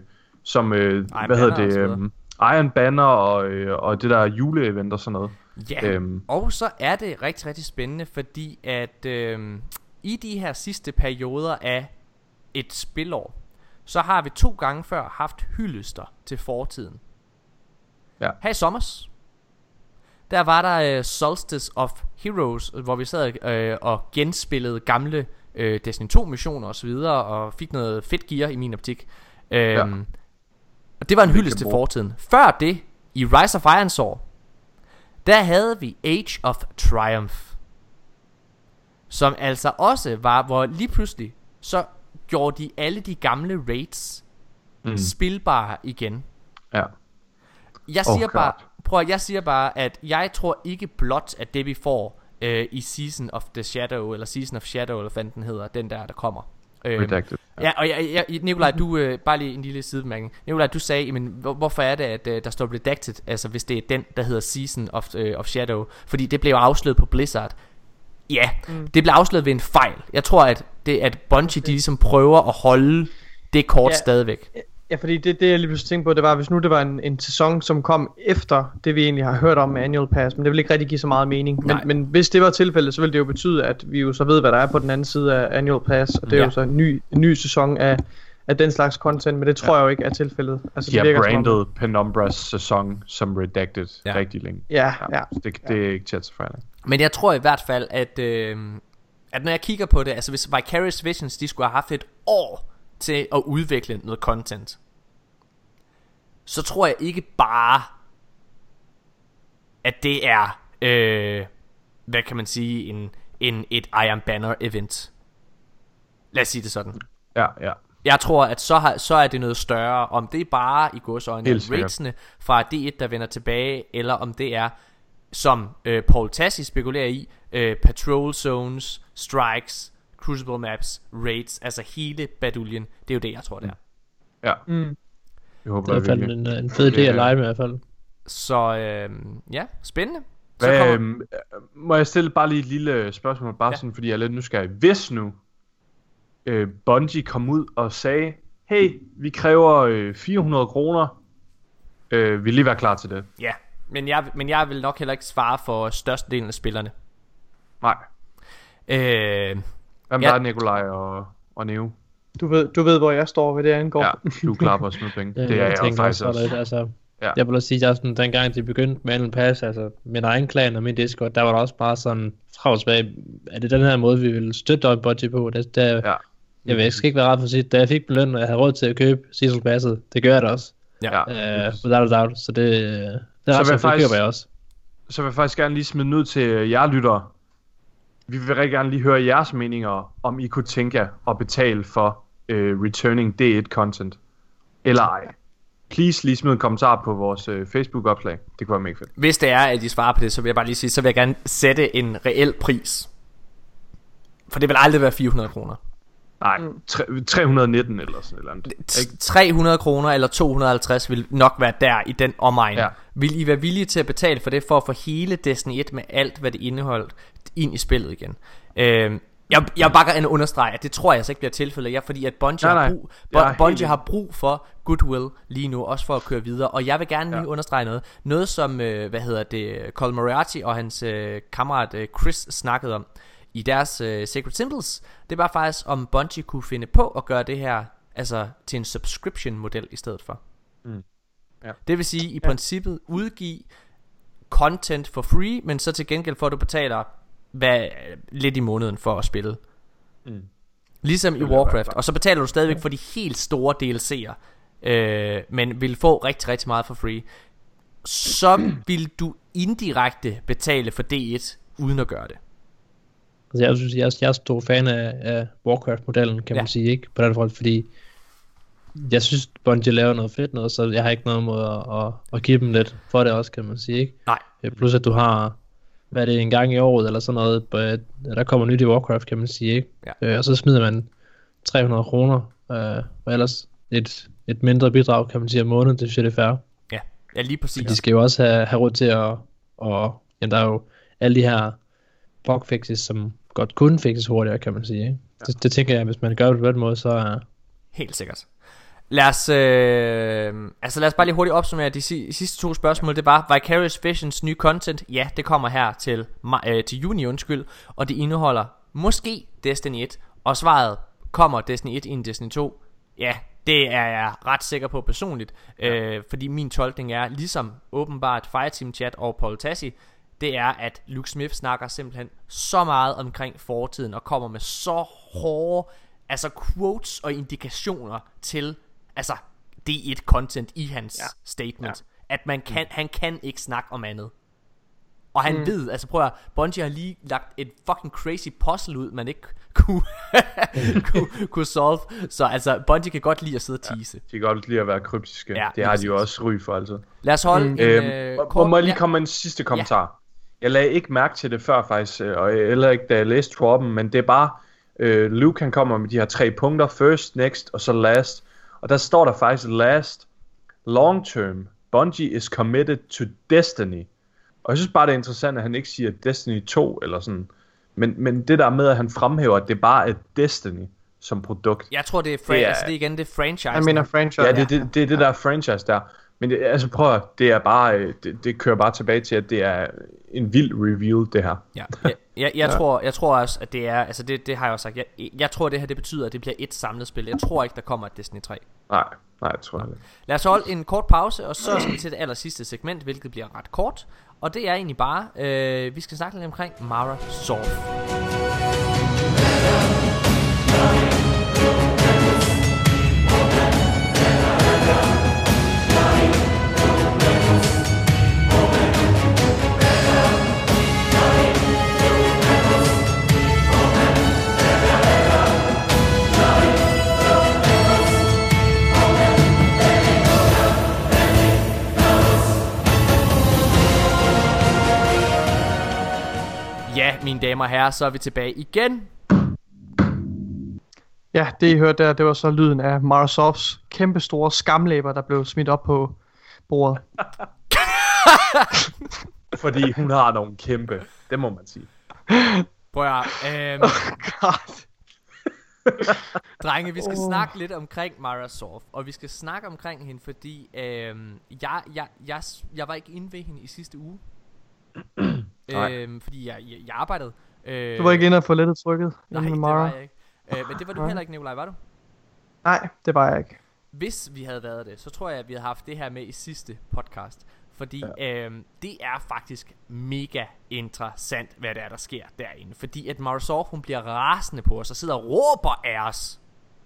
Iron Banner og det der juleevent og sådan noget. Ja. Og så er det rigtig rigtig spændende, fordi at i de her sidste perioder af et spilår, så har vi 2 gange før haft hyldester til fortiden. Ja. Her i sommers, der var der Solstice of Heroes, hvor vi sad og genspillede gamle Destiny 2 missioner og så videre, og fik noget fedt gear i min optik. Og det var en hyldest til fortiden. Før det, i Rise of Ironsworn, der havde vi Age of Triumph, som altså også var, hvor lige pludselig så gjorde de alle de gamle raids spilbare igen. Ja. Jeg siger bare, at jeg tror ikke blot, at det vi får i Season of the Shadow, eller Season of Shadow, eller hvad den hedder, den der kommer. Redacted. Ja, og Nikolaj, du, bare lige en lille sidebemærkning. Nikolaj, du sagde, men hvorfor er det, at der står Redacted, altså hvis det er den, der hedder Season of Shadow? Fordi det blev afsløret på Blizzard. Ja, det blev afsløret ved en fejl. Jeg tror, at Bungie, de ligesom prøver at holde det kort stadigvæk. Ja, fordi det jeg lige pludselig tænkte på, det var, hvis nu det var en sæson, som kom efter det, vi egentlig har hørt om med Annual Pass, men det vil ikke rigtig give så meget mening. Men hvis det var tilfældet, så ville det jo betyde, at vi jo så ved, hvad der er på den anden side af Annual Pass, og det er jo så en ny sæson af den slags content, men det tror jeg jo ikke er tilfældet. Altså, de har brandet Penumbras sæson som Redacted rigtig længe. Ja. Det er ikke til at tage fejl. Men jeg tror i hvert fald, at når jeg kigger på det, altså hvis Vicarious Visions, de skulle have haft et år til at udvikle noget content, så tror jeg ikke bare, at det er hvad kan man sige, et Iron Banner event. Lad os sige det sådan. Ja. Jeg tror, at så er det noget større. Om det er bare i godsøjne raidsene fra D1, der vender tilbage, eller om det er, som Paul Tassi spekulerer i, patrol zones, strikes, crucible maps, raids, altså hele baduljen. Det er jo det, jeg tror, det er. Ja. Jeg håber, det er i hvert fald en fed idé at lege med i hvert fald. Så ja, spændende. Må jeg stille bare lige et lille spørgsmål, bare sådan, fordi jeg er lidt nysgerrig. Hvis nu Bungie kom ud og sagde, hey, vi kræver 400 kroner, vil lige være klar til det? Ja, men jeg vil nok heller ikke svare for størstedelen af spillerne. Nej. Hvem der er Nikolaj og Neo? Du ved, hvor jeg står, hvad det angår. Ja, du er klar på at smide penge. Ja, Det er jeg faktisk også. også. Altså, Ja. jeg vil også sige, at sådan, dengang de begyndte med Allen Pass, altså min egen klan og min Discord, der var der også bare sådan frem tilbage, er det den her måde, vi vil støtte Dog Budget på? Ja. Jeg skal ikke være ret for at sige, da jeg fik beløn, og jeg havde råd til at købe Season Passet, det gør jeg da også. Ja. Without a doubt, så det er ret så det køber jeg også. Så vil jeg faktisk gerne lige smide ud til jer lyttere. Vi vil rigtig gerne lige høre jeres meninger, om I kunne tænke jer at betale for returning D1-content, eller ej. Please lige smid en kommentar på vores Facebook-opslag. Det kunne være mega fedt. Hvis det er, at I svarer på det, så vil jeg bare lige sige, så vil jeg gerne sætte en reel pris. For det vil aldrig være 400 kroner. Nej, 319 eller sådan et eller andet. 300 kroner eller 250 vil nok være der i den omegn. Ja. Vil I være villige til at betale for det, for at få hele Destiny 1 med alt, hvad det indeholdt, ind i spillet igen? Jeg bare gerne understrege, at det tror jeg altså ikke bliver tilfældet, fordi at Bungie har brug for goodwill lige nu, også for at køre videre. Og jeg vil gerne lige understrege noget som Colin Moriarty og hans kammerat Chris snakkede om i deres Sacred Symbols. Det var faktisk, om Bungie kunne finde på at gøre det her altså til en subscription model i stedet for. Ja. Det vil sige i princippet udgive content for free, men så til gengæld for at du betaler lidt i måneden for at spille. Ligesom i Warcraft. Og så betaler du stadigvæk for de helt store DLC'er, men vil få rigtig, rigtig meget for free. Så vil du indirekte betale for D1 uden at gøre det. Altså jeg synes, jeg er stor fan af Warcraft-modellen, kan man sige, ikke? På den forhold, fordi jeg synes, Bungie laver noget fedt noget, så jeg har ikke noget mod at give dem lidt for det også, kan man sige, ikke? Nej. Plus at du har, hvad er det, en gang i året eller sådan noget, der kommer nyt i Warcraft, kan man sige, ikke? Ja. Og så smider man 300 kroner, og ellers et mindre bidrag, kan man sige, om måneden, det synes jeg, det er fair. Ja, lige præcis. De skal jo også have råd til at jamen, der er jo alle de her bugfixes, som godt kunne fixes hurtigere, kan man sige, ikke? Ja. Det tænker jeg, hvis man gør det på den måde, så er... Helt sikkert. Lad os bare lige hurtigt opsummere de sidste 2 spørgsmål. Det var Vicarious Visions nye content. Ja, det kommer her til juni, og det indeholder måske Destiny 1. Og svaret, kommer Destiny 1 i en Destiny 2? Ja, det er jeg ret sikker på personligt, fordi min tolkning er, ligesom åbenbart Fireteam Chat og Paul Tassi, det er, at Luke Smith snakker simpelthen så meget omkring fortiden og kommer med så hårde quotes og indikationer til D1 content i hans statement, at han kan ikke snakke om andet. Og han ved, prøv at Bungie har lige lagt et fucking crazy puzzle ud, man ikke kunne solve. Så Bungie kan godt lide at sidde og tease. De kan godt lide at være kryptiske. Det har de jo også ry for altid. Lad os holde kort... Må jeg lige komme med en sidste kommentar? Ja. Jeg lagde ikke mærke til det før faktisk, og heller ikke da jeg læste droppen, men det er bare, Luke han kommer med de her 3 punkter, first, next og så last. Og der står der faktisk last, long term, Bungie is committed to Destiny. Og jeg synes bare det er interessant, at han ikke siger Destiny 2 eller sådan. Men det der med, at han fremhæver, at det bare er Destiny som produkt. Jeg tror det er det er franchise. Jeg mener franchise. Ja, det er det der franchise der. Men det, prøv at, det er bare, det kører bare tilbage til, at det er en vild reveal, det her. Jeg tror også, at det er, det har jeg også sagt. Jeg tror det her, det betyder, at det bliver et samlet spil. Jeg tror ikke, der kommer et Destiny 3. Nej, jeg tror ikke. Lad os holde en kort pause, og så skal vi til det aller sidste segment, hvilket bliver ret kort. Og det er egentlig bare, vi skal snakke lidt omkring Mara Sov. Ja, mine damer og herrer, så er vi tilbage igen. Ja, det I hørte der, det var så lyden af Mara Sovs kæmpe store skamlæber, der blev smidt op på bordet. Fordi hun har nogle kæmpe, det må man sige. Prøv at drenge, vi skal snakke lidt omkring Mara Sov. Og vi skal snakke omkring hende, fordi jeg var ikke inde ved hende i sidste uge. Fordi jeg arbejdede. Du var ikke inde og få lettet trykket? Nej, det var jeg ikke. Men det var du heller ikke, Nikolaj, var du? Nej, det var jeg ikke. Hvis vi havde været det, så tror jeg, at vi havde haft det her med i sidste podcast. Fordi det er faktisk mega interessant, hvad det er, der sker derinde. Fordi at Marusov, hun bliver rasende på os og sidder og råber af os.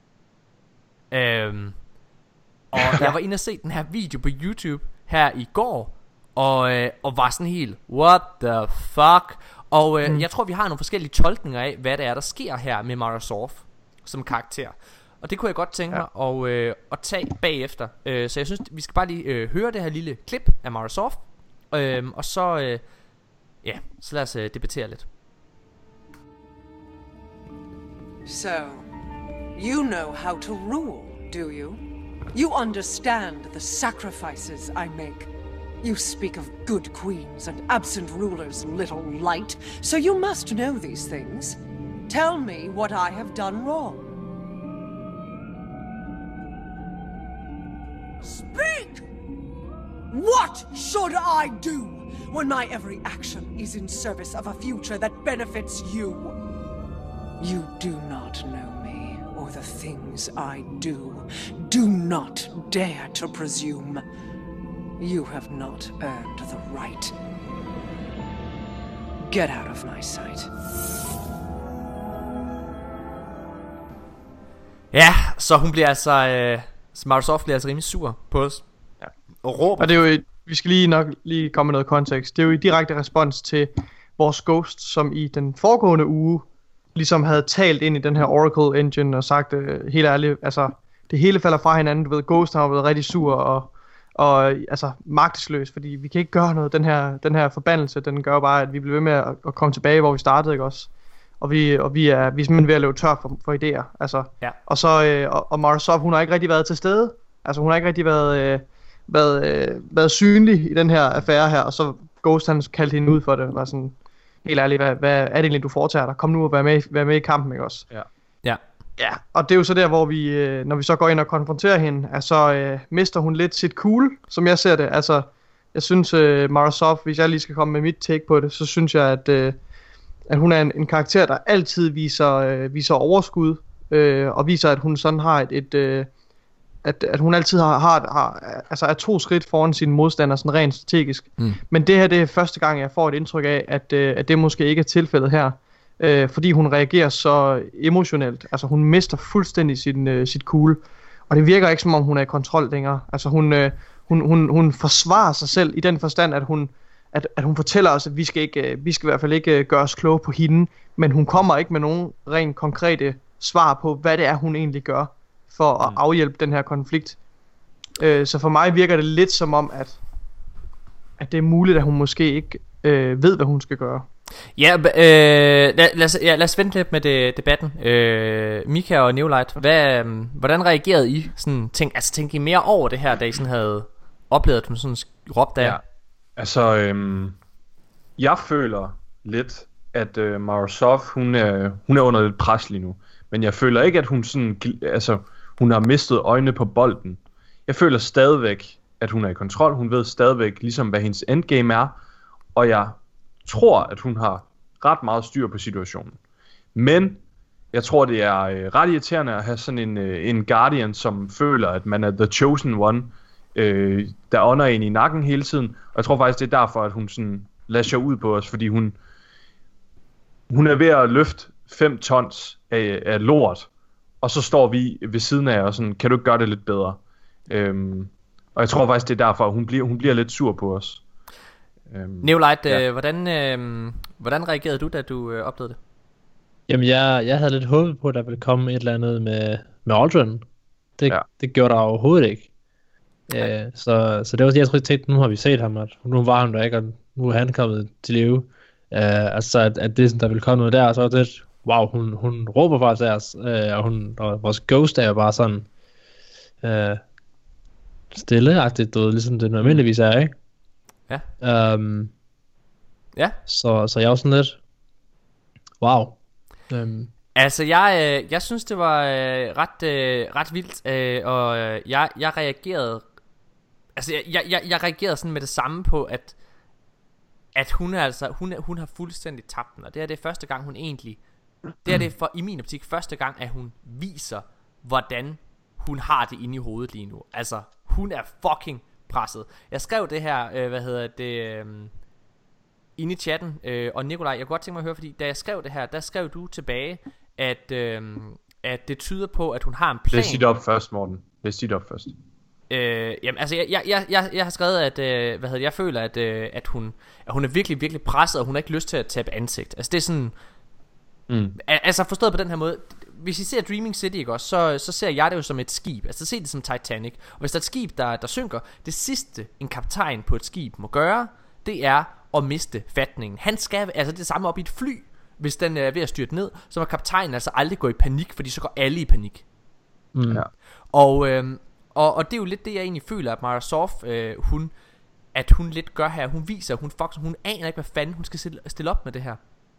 Og jeg var inde og se den her video på YouTube her i går, og var sådan helt, what the fuck? Og jeg tror, vi har nogle forskellige tolkninger af, hvad det er, der sker her med Marusov som karakter. Og det kunne jeg godt tænke mig at tage bagefter. Så jeg synes, vi skal bare lige høre det her lille klip af Marusov. Og så, så lad os debattere lidt. So, you know how to rule, do you? You understand the sacrifices I make. You speak of good queens and absent rulers, little light, so you must know these things. Tell me what I have done wrong. Speak! What should I do when my every action is in service of a future that benefits you? You do not know me or the things I do. Do not dare to presume. You have not earned the right. Get out of my sight. Ja, så hun bliver altså Marusov bliver altså rimelig sur på os. Ja. Og råber. Og det er jo vi skal lige komme med noget kontekst. Det er jo i direkte respons til vores Ghost, som i den foregående uge ligesom havde talt ind i den her Oracle Engine og sagt helt ærligt, altså det hele falder fra hinanden. Du ved, Ghost har været rigtig sur og altså magtesløs, fordi vi kan ikke gøre noget. Den her forbandelse, den gør bare, at vi bliver ved med at komme tilbage, hvor vi startede, ikke også? Og vi er simpelthen ved at løbe tør for idéer, altså. Ja. Og så og Marusov, hun har ikke rigtig været til stede. Altså hun har ikke rigtig været synlig i den her affære her, og så Ghost han kaldte hende ud for det. Var sådan helt ærligt, hvad er det egentlig du foretager dig? Kom nu og vær med i kampen, ikke også? Ja. Ja. Ja, og det er jo så der, hvor vi, når vi så går ind og konfronterer hende, altså mister hun lidt sit cool, som jeg ser det. Altså, jeg synes, Marusov, hvis jeg lige skal komme med mit take på det, så synes jeg, at hun er en karakter, der altid viser overskud, og viser, at hun sådan har at hun altid altså er 2 skridt foran sine modstandere, sådan rent strategisk. Men det her, det er første gang, jeg får et indtryk af, at det måske ikke er tilfældet her. Fordi hun reagerer så emotionelt. Altså hun mister fuldstændig sit cool. Og det virker ikke som om hun er i kontrol længere. Altså hun forsvarer sig selv i den forstand at hun fortæller os at vi skal i hvert fald ikke gøre os kloge på hende. Men hun kommer ikke med nogen rent konkrete svar på hvad det er hun egentlig gør for at afhjælpe den her konflikt. Så for mig virker det lidt som om at det er muligt at hun måske ikke ved hvad hun skal gøre. Ja, lad os vente lidt med debatten. Mika og Newlight, hvordan reagerede I? Tænkte I mere over det her, da I sådan havde oplevet, at hun sådan råbte af? Ja, altså, jeg føler lidt, at Marusov, hun er under lidt pres lige nu. Men jeg føler ikke, at hun sådan, altså, hun har mistet øjnene på bolden. Jeg føler stadigvæk, at hun er i kontrol. Hun ved stadigvæk, ligesom hvad hendes endgame er. Og jeg tror, at hun har ret meget styr på situationen. Men jeg tror, det er ret irriterende at have sådan en Guardian, som føler, at man er the chosen one, der ånder en i nakken hele tiden. Og jeg tror faktisk, det er derfor, at hun sådan lasher ud på os, fordi hun er ved at løfte 5 tons af lort, og så står vi ved siden af og sådan, kan du ikke gøre det lidt bedre? Og jeg tror faktisk, det er derfor, at hun bliver lidt sur på os. Newlight, hvordan reagerede du, da du oplevede det? Jamen, jeg havde lidt håbet på, at der ville komme et eller andet med Aldrin. Det gjorde der overhovedet ikke. Så det var det, jeg tænkte, nu har vi set ham, at nu var han der ikke, og nu er han kommet til live. Altså, at det sådan, der ville komme noget der, og så var det, wow, hun råber faktisk af os, og vores Ghost er jo bare sådan stilleagtigt, ligesom det normalvis er, ikke? Ja. Ja. Så jeg var sådan lidt wow. Altså jeg synes det var ret vildt, og jeg reagerede. Altså jeg reagerede sådan med det samme på at hun er altså hun har fuldstændig tabt den, og det er det første gang hun egentlig. Det er det for i min optik første gang at hun viser hvordan hun har det inde i hovedet lige nu. Altså, hun er fucking presset. Jeg skrev det her, inde i chatten, og Nikolaj, jeg kunne godt tænke mig at høre, fordi da jeg skrev det her, der skrev du tilbage, at det tyder på, at hun har en plan. Læs dit op først, Morten. Læs dit op først. Jamen, altså, jeg har skrevet, at jeg føler, at hun er virkelig, virkelig presset, og hun har ikke lyst til at tabe ansigt. Altså, det er sådan... Altså, forstået på den her måde, hvis I ser Dreaming City, ikke også, så ser jeg det jo som et skib. Altså, se det som Titanic. Og hvis der er et skib, der synker, det sidste, en kaptajn på et skib må gøre, det er at miste fatningen. Han skal, altså det samme op i et fly, hvis den er ved at styrte ned, så må kaptajnen altså aldrig gå i panik, fordi så går alle i panik. Ja. Og det er jo lidt det, jeg egentlig føler, at Mara Sov, hun lidt gør her. Hun viser, hun aner ikke, hvad fanden hun skal stille op med det her.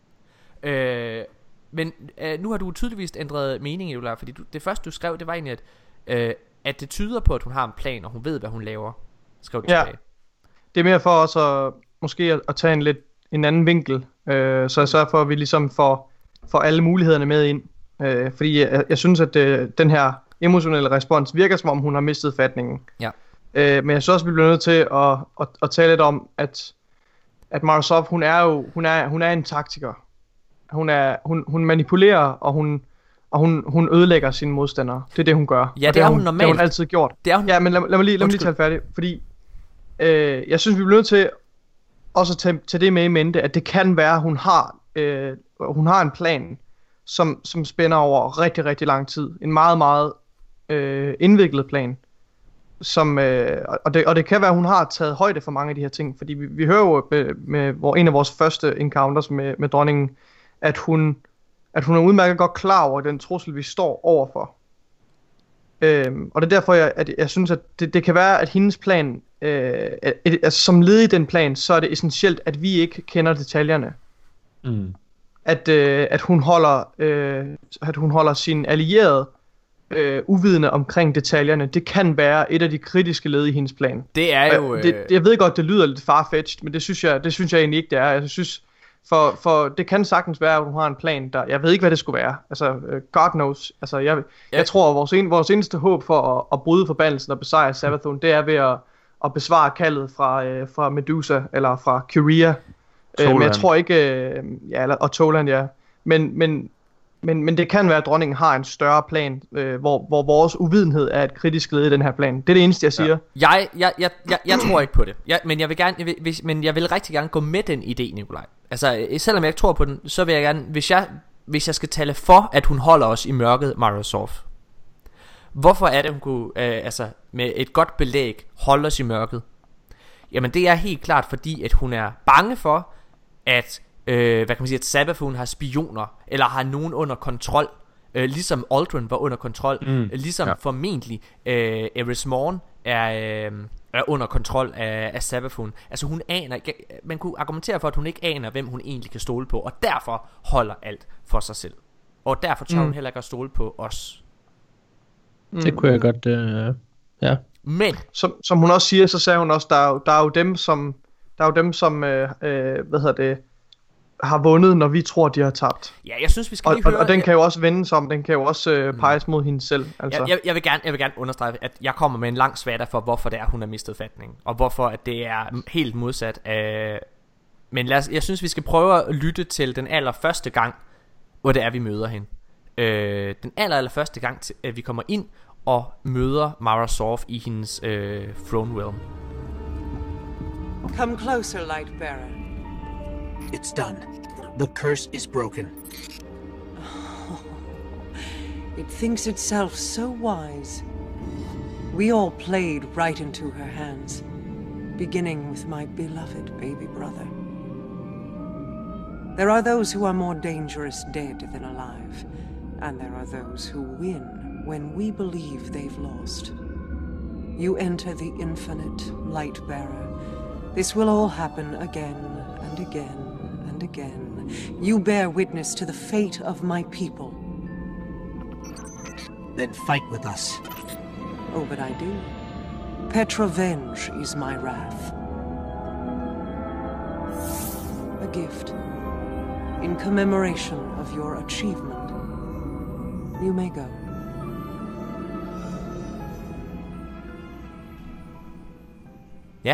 Men nu har du tydeligvis ændret mening, Nikolaj, fordi det første du skrev, det var egentlig, at det tyder på, at hun har en plan, og hun ved, hvad hun laver. Skrev du tilbage. Det er mere for os måske at tage en anden vinkel, så jeg sørger for, at vi ligesom får alle mulighederne med ind. Fordi jeg synes, at den her emotionelle respons virker, som om hun har mistet fatningen. Ja. Men jeg synes også, vi bliver nødt til at tale lidt om, at Mara Sov, hun er en taktiker. Hun manipulerer, og hun ødelægger sine modstandere. Det er det, hun gør. Ja, det er hun normalt. Det har hun altid gjort. Ja, men lad mig lige tale færdigt, fordi jeg synes, vi bliver nødt til også at tage det med i mente, at det kan være, at hun har en plan, som spænder over rigtig, rigtig lang tid. En meget, meget indviklet plan. Og det kan være, at hun har taget højde for mange af de her ting, fordi vi hører jo med en af vores første encounters med dronningen, at hun er udmærket godt klar over den trussel, vi står overfor. Og det er derfor, jeg synes, at det kan være, at hendes plan, altså som led i den plan, så er det essentielt, at vi ikke kender detaljerne. At hun holder sin allierede uvidende omkring detaljerne. Det kan være et af de kritiske led i hendes plan. Det er jo... Jeg ved godt, det lyder lidt farfetched, men det synes jeg egentlig ikke, det er. Jeg synes, for det kan sagtens være, at hun har en plan, der... Jeg ved ikke, hvad det skulle være. Altså, God knows. Altså, jeg tror, at vores eneste håb for at bryde forbandelsen og besejre Savathun, det er ved at besvare kaldet fra Medusa, eller fra Kyria. Men jeg tror ikke... og Toland, ja. Men det kan være, at dronningen har en større plan, hvor vores uvidenhed er et kritisk led i den her plan. Det er det eneste, jeg siger. Jeg tror ikke på det. Men jeg vil rigtig gerne gå med den idé, Nikolaj. Altså, selvom jeg ikke tror på den, så vil jeg gerne, hvis jeg skal tale for, at hun holder os i mørket, Mara Sov. Hvorfor er det, hun kunne, med et godt belæg, holde os i mørket? Jamen, det er helt klart, fordi at hun er bange for, at at Savathun har spioner, eller har nogen under kontrol, ligesom Aldrin var under kontrol, formentlig Eris Morn er under kontrol af Savathun. Altså hun aner, man kunne argumentere for, at hun ikke aner, hvem hun egentlig kan stole på, og derfor holder alt for sig selv. Og derfor tør hun heller ikke at stole på os. Det kunne jeg godt, ja. Men som hun også siger, så sagde hun også, der er jo dem som har vundet, når vi tror, de har tabt. Ja, jeg synes, vi skal lige høre... Og den kan jo også vendes om, den kan jo også peges mod hende selv. Altså. Jeg vil gerne understrege, at jeg kommer med en lang svatter for, hvorfor det er, hun har mistet fatning. Og hvorfor at det er helt modsat af... Men jeg synes, vi skal prøve at lytte til den allerførste gang, hvor det er, vi møder hende. Den allerførste gang, at vi kommer ind og møder Mara Sov i hendes throne realm. Come closer, Lightbearer. It's done. The curse is broken. Oh, it thinks itself so wise. We all played right into her hands, beginning with my beloved baby brother. There are those who are more dangerous dead than alive, and there are those who win when we believe they've lost. You enter the infinite, Lightbearer. This will all happen again and again. Again, you bear witness to the fate of my people. Then fight with us. Oh, but I do. Petrovenge is my wrath. A gift in commemoration of your achievement. You may go. Ja.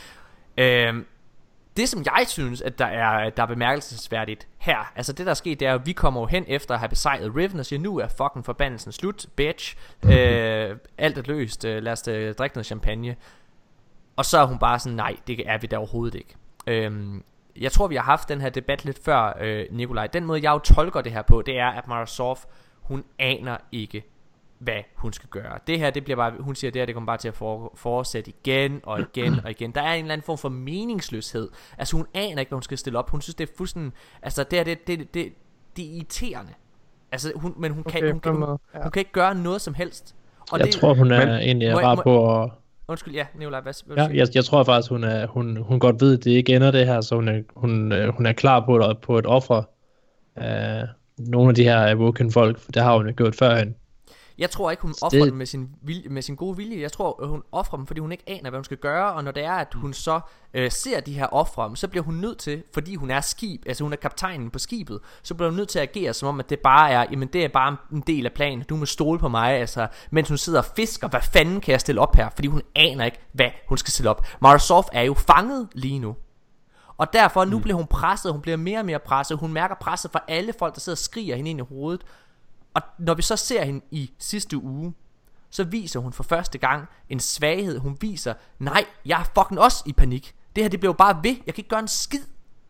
Det som jeg synes at der er bemærkelsesværdigt her, altså det der er sket, det er at vi kommer jo hen efter at have besejret Riven og siger, nu er fucking forbandelsen slut, bitch. Alt er løst, lad os drikke noget champagne. Og så er hun bare sådan, nej, det er vi da overhovedet ikke. Jeg tror vi har haft den her debat lidt før, Nikolaj. Den måde jeg jo tolker det her på, det er at Mara Sov, hun aner ikke hvad hun skal gøre. Det her, det bliver bare, hun siger, det kommer bare til at fortsætte igen og igen og igen. Der er en eller anden form for meningsløshed. Altså hun aner ikke hvad hun skal stille op. Hun synes det er fuldstændig, altså det er irriterende. Altså hun kan ikke gøre noget som helst. Og jeg tror hun er egentlig rar på at... Undskyld, ja, Nikolaj, jeg tror faktisk hun godt ved at det ikke ender det her, så hun er klar på at ofre nogle af de her Woken folk, for det har hun jo gjort førhen. Jeg tror ikke hun offrer dem med sin gode vilje. Jeg tror hun offrer dem fordi hun ikke aner hvad hun skal gøre. Og når det er at hun så ser de her ofre, så bliver hun nødt til, fordi hun er skib, altså hun er kaptajnen på skibet, så bliver hun nødt til at agere som om at det bare er, jamen det er bare en del af planen. Du må stole på mig, altså mens hun sidder og fisker, hvad fanden kan jeg stille op her? Fordi hun aner ikke hvad hun skal stille op. Mara Sov er jo fanget lige nu. Og derfor nu bliver hun presset. Hun bliver mere og mere presset. Hun mærker presset fra alle folk der sidder og skriger hende ind i hovedet. Og når vi så ser hende i sidste uge, så viser hun for første gang en svaghed. Hun viser, nej, jeg er fucking også i panik. Det her, det bliver jo bare ved. Jeg kan ikke gøre en skid.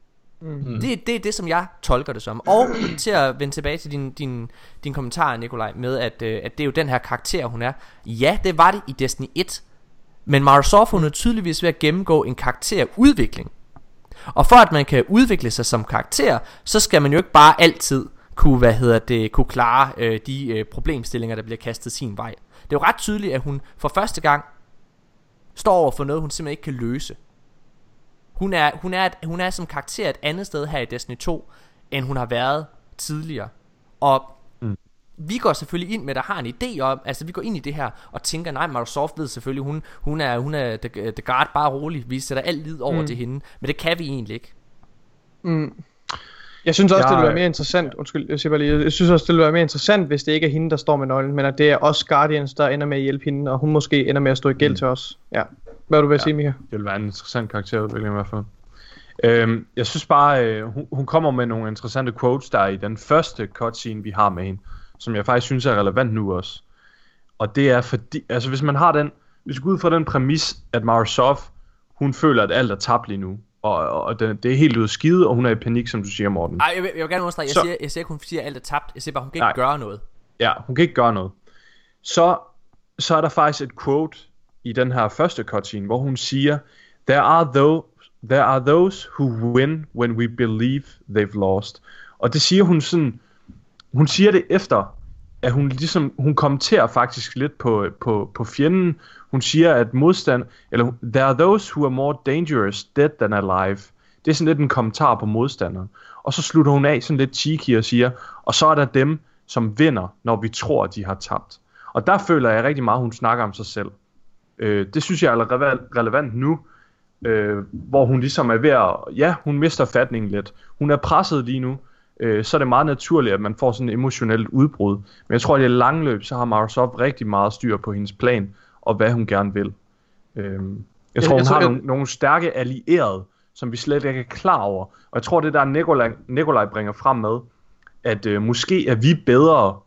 Det er det, som jeg tolker det som. Og til at vende tilbage til din kommentar, Nikolaj, med at det er jo den her karakter, hun er. Ja, det var det i Destiny 1. Men Mara Sov, hun er tydeligvis ved at gennemgå en karakterudvikling. Og for at man kan udvikle sig som karakter, så skal man jo ikke bare altid kunne klare de problemstillinger der bliver kastet sin vej. Det er jo ret tydeligt at hun for første gang står over for noget hun simpelthen ikke kan løse. Hun er som karakter et andet sted her i Destiny 2 end hun har været tidligere. Og vi går selvfølgelig ind med der har en idé om, altså vi går ind i det her og tænker nej, Mara Sov ved selvfølgelig hun er the guard, bare rolig, vi sætter alt lid over til hende, men det kan vi egentlig ikke. Jeg synes også, det ville være mere interessant. Undskyld, jeg siger bare lige. Jeg synes også, det ville være mere interessant, hvis det ikke er hende, der står med nøglen, men at det er os Guardians, der ender med at hjælpe hende, og hun måske ender med at stå i gæld til os. Ja. Hvad vil du sige, Mika? Det vil være en interessant karakterudvikling i hvert fald. Jeg synes bare, hun kommer med nogle interessante quotes der i den første cutscene, vi har med hende, som jeg faktisk synes er relevant nu også. Og det er fordi, altså hvis man har den, hvis vi går ud fra den præmis, at Mara Sov, hun føler, at alt er tabt lige nu. Og det er helt ude af skide, og hun er i panik, som du siger, Morten. Jeg vil gerne understrege, jeg siger ikke, hun siger, at alt er tabt. Jeg siger bare, hun kan ikke gøre noget. Ja, hun kan ikke gøre noget. Så er der faktisk et quote i den her første cutscene, hvor hun siger, There are those who win when we believe they've lost. Og det siger hun sådan, hun siger det efter, at hun kommenterer faktisk lidt på fjenden. Hun siger at there are those who are more dangerous dead than alive. Det er sådan lidt en kommentar på modstanderen. Og så slutter hun af sådan lidt cheeky og siger, og så er der dem som vinder, når vi tror at de har tabt. Og der føler jeg rigtig meget hun snakker om sig selv. Det synes jeg er relevant nu, hvor hun ligesom er ved at, ja, hun mister fatningen lidt. Hun er presset lige nu. Så er det meget naturligt, at man får sådan et emotionelt udbrud. Men jeg tror, at i det lange løb, så har Mara Sov rigtig meget styr på hendes plan, og hvad hun gerne vil. Jeg tror, hun har nogle stærke allierede, som vi slet ikke er klar over. Og jeg tror, det der Nikolaj bringer frem med, at måske er vi bedre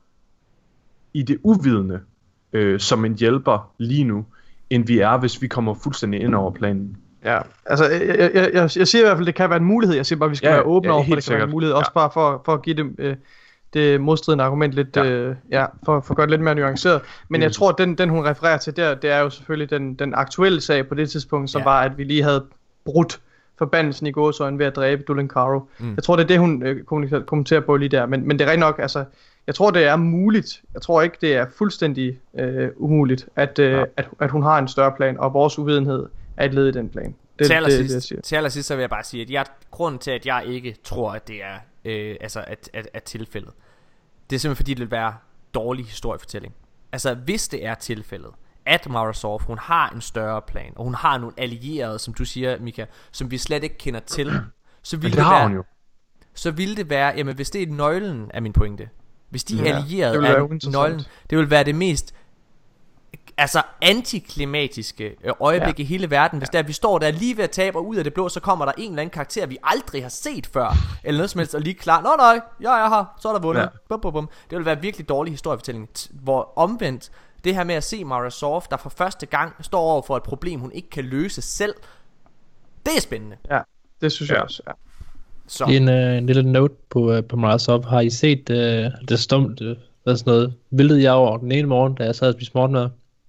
i det uvidende som en hjælper lige nu, end vi er, hvis vi kommer fuldstændig ind over planen. Ja, altså jeg siger i hvert fald, det kan være en mulighed. Jeg siger bare, vi skal være åbne over for, det kan være en mulighed. Også bare for at give dem det modstridende argument lidt, for at gøre det lidt mere nuanceret. Men jeg tror, den hun refererer til der, det er jo selvfølgelig den aktuelle sag på det tidspunkt, som var, at vi lige havde brudt forbandelsen i gåseøjne ved at dræbe Dolan Caro. Jeg tror, det er det, hun kommenterer på lige der. Men det er rigtig nok, altså, jeg tror, det er muligt. Jeg tror ikke, det er fuldstændig umuligt, at hun har en større plan, og vores uvidenhed er et led i den plan. Til allersidst så vil jeg bare sige, at grunden til, at jeg ikke tror, at det er at tilfældet, det er simpelthen fordi, det vil være dårlig historiefortælling. Altså hvis det er tilfældet, at Mara Sov, hun har en større plan, og hun har nogle allierede, som du siger, Mika, som vi slet ikke kender til, så ville det være, så ville det være, jamen hvis det er nøglen af min pointe, hvis de allierede er nøglen, det vil være det mest altså antiklimatiske øjeblik i hele verden. Hvis der vi står der lige ved at tabe, og ud af det blå, så kommer der en eller anden karakter, vi aldrig har set før, eller noget som helst, og lige klar, nej, jeg er her, så er der vundet. Bum, bum, bum. Det vil være virkelig dårlig historiefortælling. Hvor omvendt, det her med at se Mara Sov, der for første gang står over for et problem, hun ikke kan løse selv, det er spændende. Ja, det synes jeg også. Ja. Så. En lille note på Mara Sov. Har I set det stumt, sådan noget, billede jeg over den ene morgen, da jeg sad og spiste morgenmad,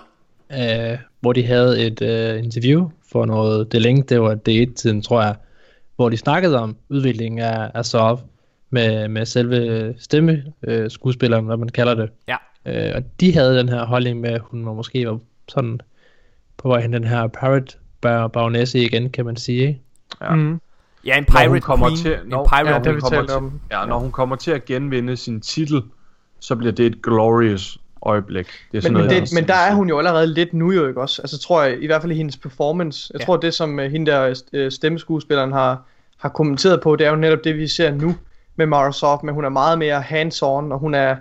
hvor de havde et interview for noget, det var D1-tiden, tror jeg, hvor de snakkede om udviklingen af Sov med selve skuespilleren, hvad man kalder det. Ja. Og de havde den her holdning med, at hun måske var sådan på vej hen den her pirate baronesse igen, kan man sige, ikke? Ja. Ja, en pirate queen. Når hun kommer til at genvinde sin titel, så bliver det et glorious øjeblik. Det er men der er hun jo allerede lidt nu jo, ikke også? Altså tror jeg, i hvert fald i hendes performance. Jeg tror det som hende der stemmeskuespilleren har kommenteret på, det er jo netop det vi ser nu med Mara Sov, men hun er meget mere hands-on, og hun er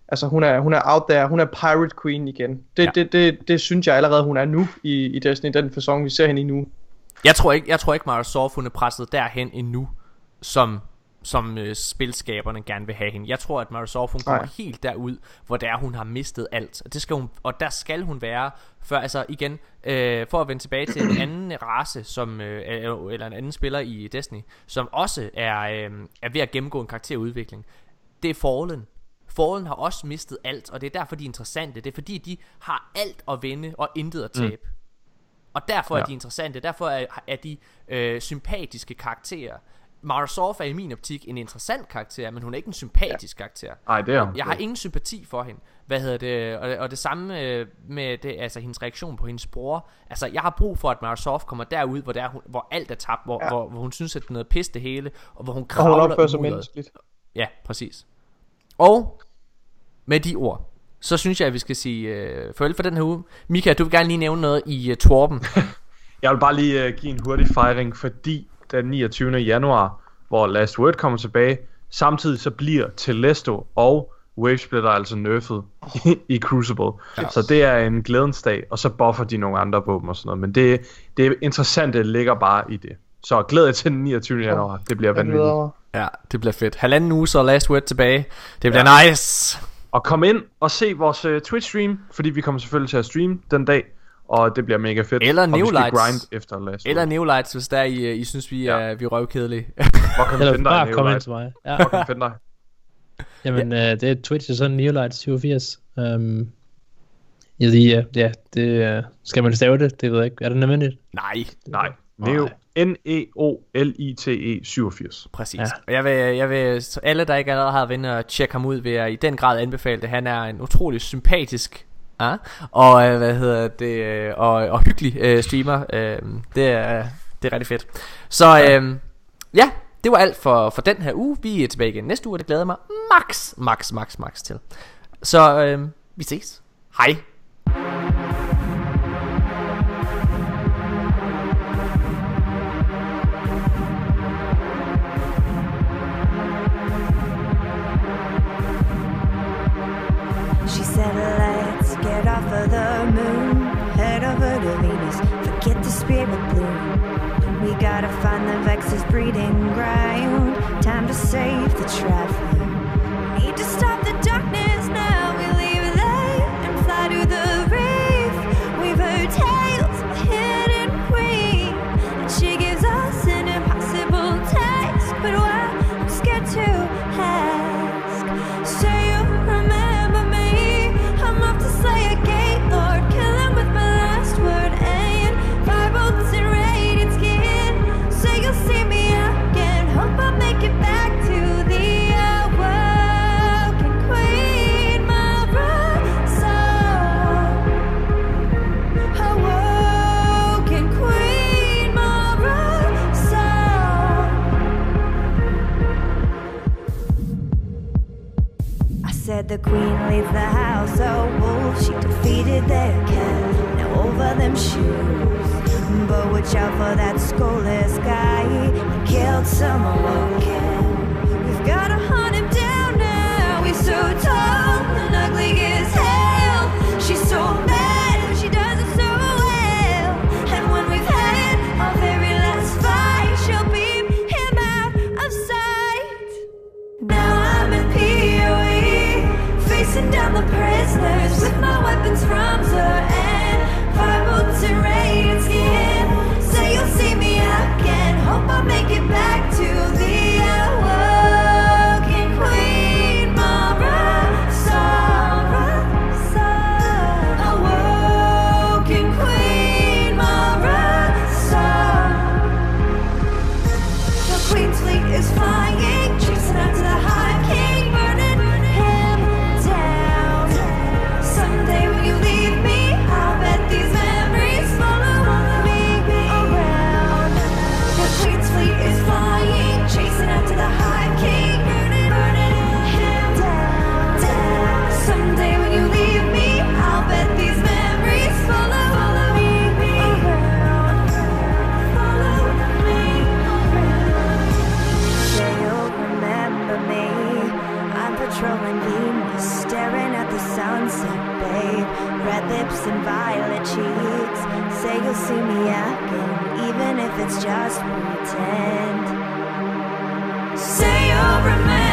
out there, hun er pirate queen igen. Det synes jeg allerede hun er nu i Destiny, den fasong vi ser hende i nu. Jeg tror ikke Mara Sov hun er presset derhen endnu, som spilskaberne gerne vil have hende. Jeg tror at Mara Sov hun kommer helt derud, hvor der hun har mistet alt. Og det skal hun, og der skal hun være før, altså igen for at vende tilbage til en anden race som eller en anden spiller i Destiny, som også er ved at gennemgå en karakterudvikling. Det er Fallen har også mistet alt, og det er derfor de er interessante. Det er fordi de har alt at vinde og intet at tabe. Og derfor er de interessante. Derfor er de sympatiske karakterer. Mara Sov er i min optik en interessant karakter, men hun er ikke en sympatisk karakter. Nej, det er hun. Jeg har ingen sympati for hende. Og det samme med det, altså hendes reaktion på hendes bror. Altså jeg har brug for at Mara Sov kommer derud, hvor alt er tabt, hvor hun synes at det er noget pis det hele, og hvor hun kravler ud. Ja, præcis. Og med de ord, så synes jeg at vi skal sige farvel for den her uge. Mika, du vil gerne lige nævne noget i Torben. Jeg vil bare lige give en hurtig fejring, fordi den 29. januar, hvor Last Word kommer tilbage, samtidig så bliver Telesto og Wavesplitter altså nerfed i Crucible. Så det er en glædens dag, og så buffer de nogle andre våben og sådan noget. Men det interessante ligger bare i det. Så glæder jeg til den 29. januar. Det bliver vanvittigt. Ja, det bliver fedt. 1,5 uge, så Last Word tilbage. Det bliver nice. Og kom ind og se vores Twitch-stream, fordi vi kommer selvfølgelig til at streame den dag. Og det bliver mega fedt. Eller Newlights. Grind efter Last Eller Newlights, hvis der I synes vi er røvkedelige. Hvor kan vi finde dig, bare kom ind til mig. Ja. Hvor kan vi finde dig? Jamen det er Twitch, og så Newlights 87. Det skal man stave det? Det ved jeg ikke. Er det nødvendigt? Nej. Neolite 87. Præcis. Og jeg vil alle der ikke allerede har været inde og tjekke ham ud, vil jeg i den grad anbefale det. Han er en utrolig sympatisk og og hyggelig streamer. Det er rigtig fedt. Så det var alt for den her uge. Vi er tilbage igen næste uge, og det glæder mig max til. Så vi ses. Hej. She said, let's get off of the moon, head over to Venus, forget the spirit bloom. We gotta find the Vex's breeding ground, time to save the traveler. Need to stop the darkness now, we leave there and fly to the reef. We've heard tales of a hidden queen, and she gives us an impossible task, but I'm scared to ask. So you remember me? I'm off to slay a gate lord, kill him with my last word, and firebolts and radiant skin. So you'll see me again, hope I'll make it back to the awoken queen, Mara Sov. Awoken queen, Mara Sov. I said the queen leads the house of wolves, she defeated their cat, now over them shoes. But watch out for that soulless guy, he killed some awoken. We've gotta hunt him down now, he's so tall and ugly as hell. She's so mad heavens from the end. Viral terrain skin. Say you'll see me again. Hope I'll make it back to the awoken queen. Mara, awoken queen. Mara, the queen's fleet is flying, chasing after the high king, burning him down. Someday when you leave me, I'll bet these memories follow me around. The queen's fleet is flying, chasing after the high king, burning him down. Someday when you leave me, I'll bet these memories follow me around. Follow me around. Say you'll remember me. I'm patrolling Venus, staring at the sunset, babe. Red lips and violet cheeks. Say you'll see me again, even if it's just pretend. Say you'll remember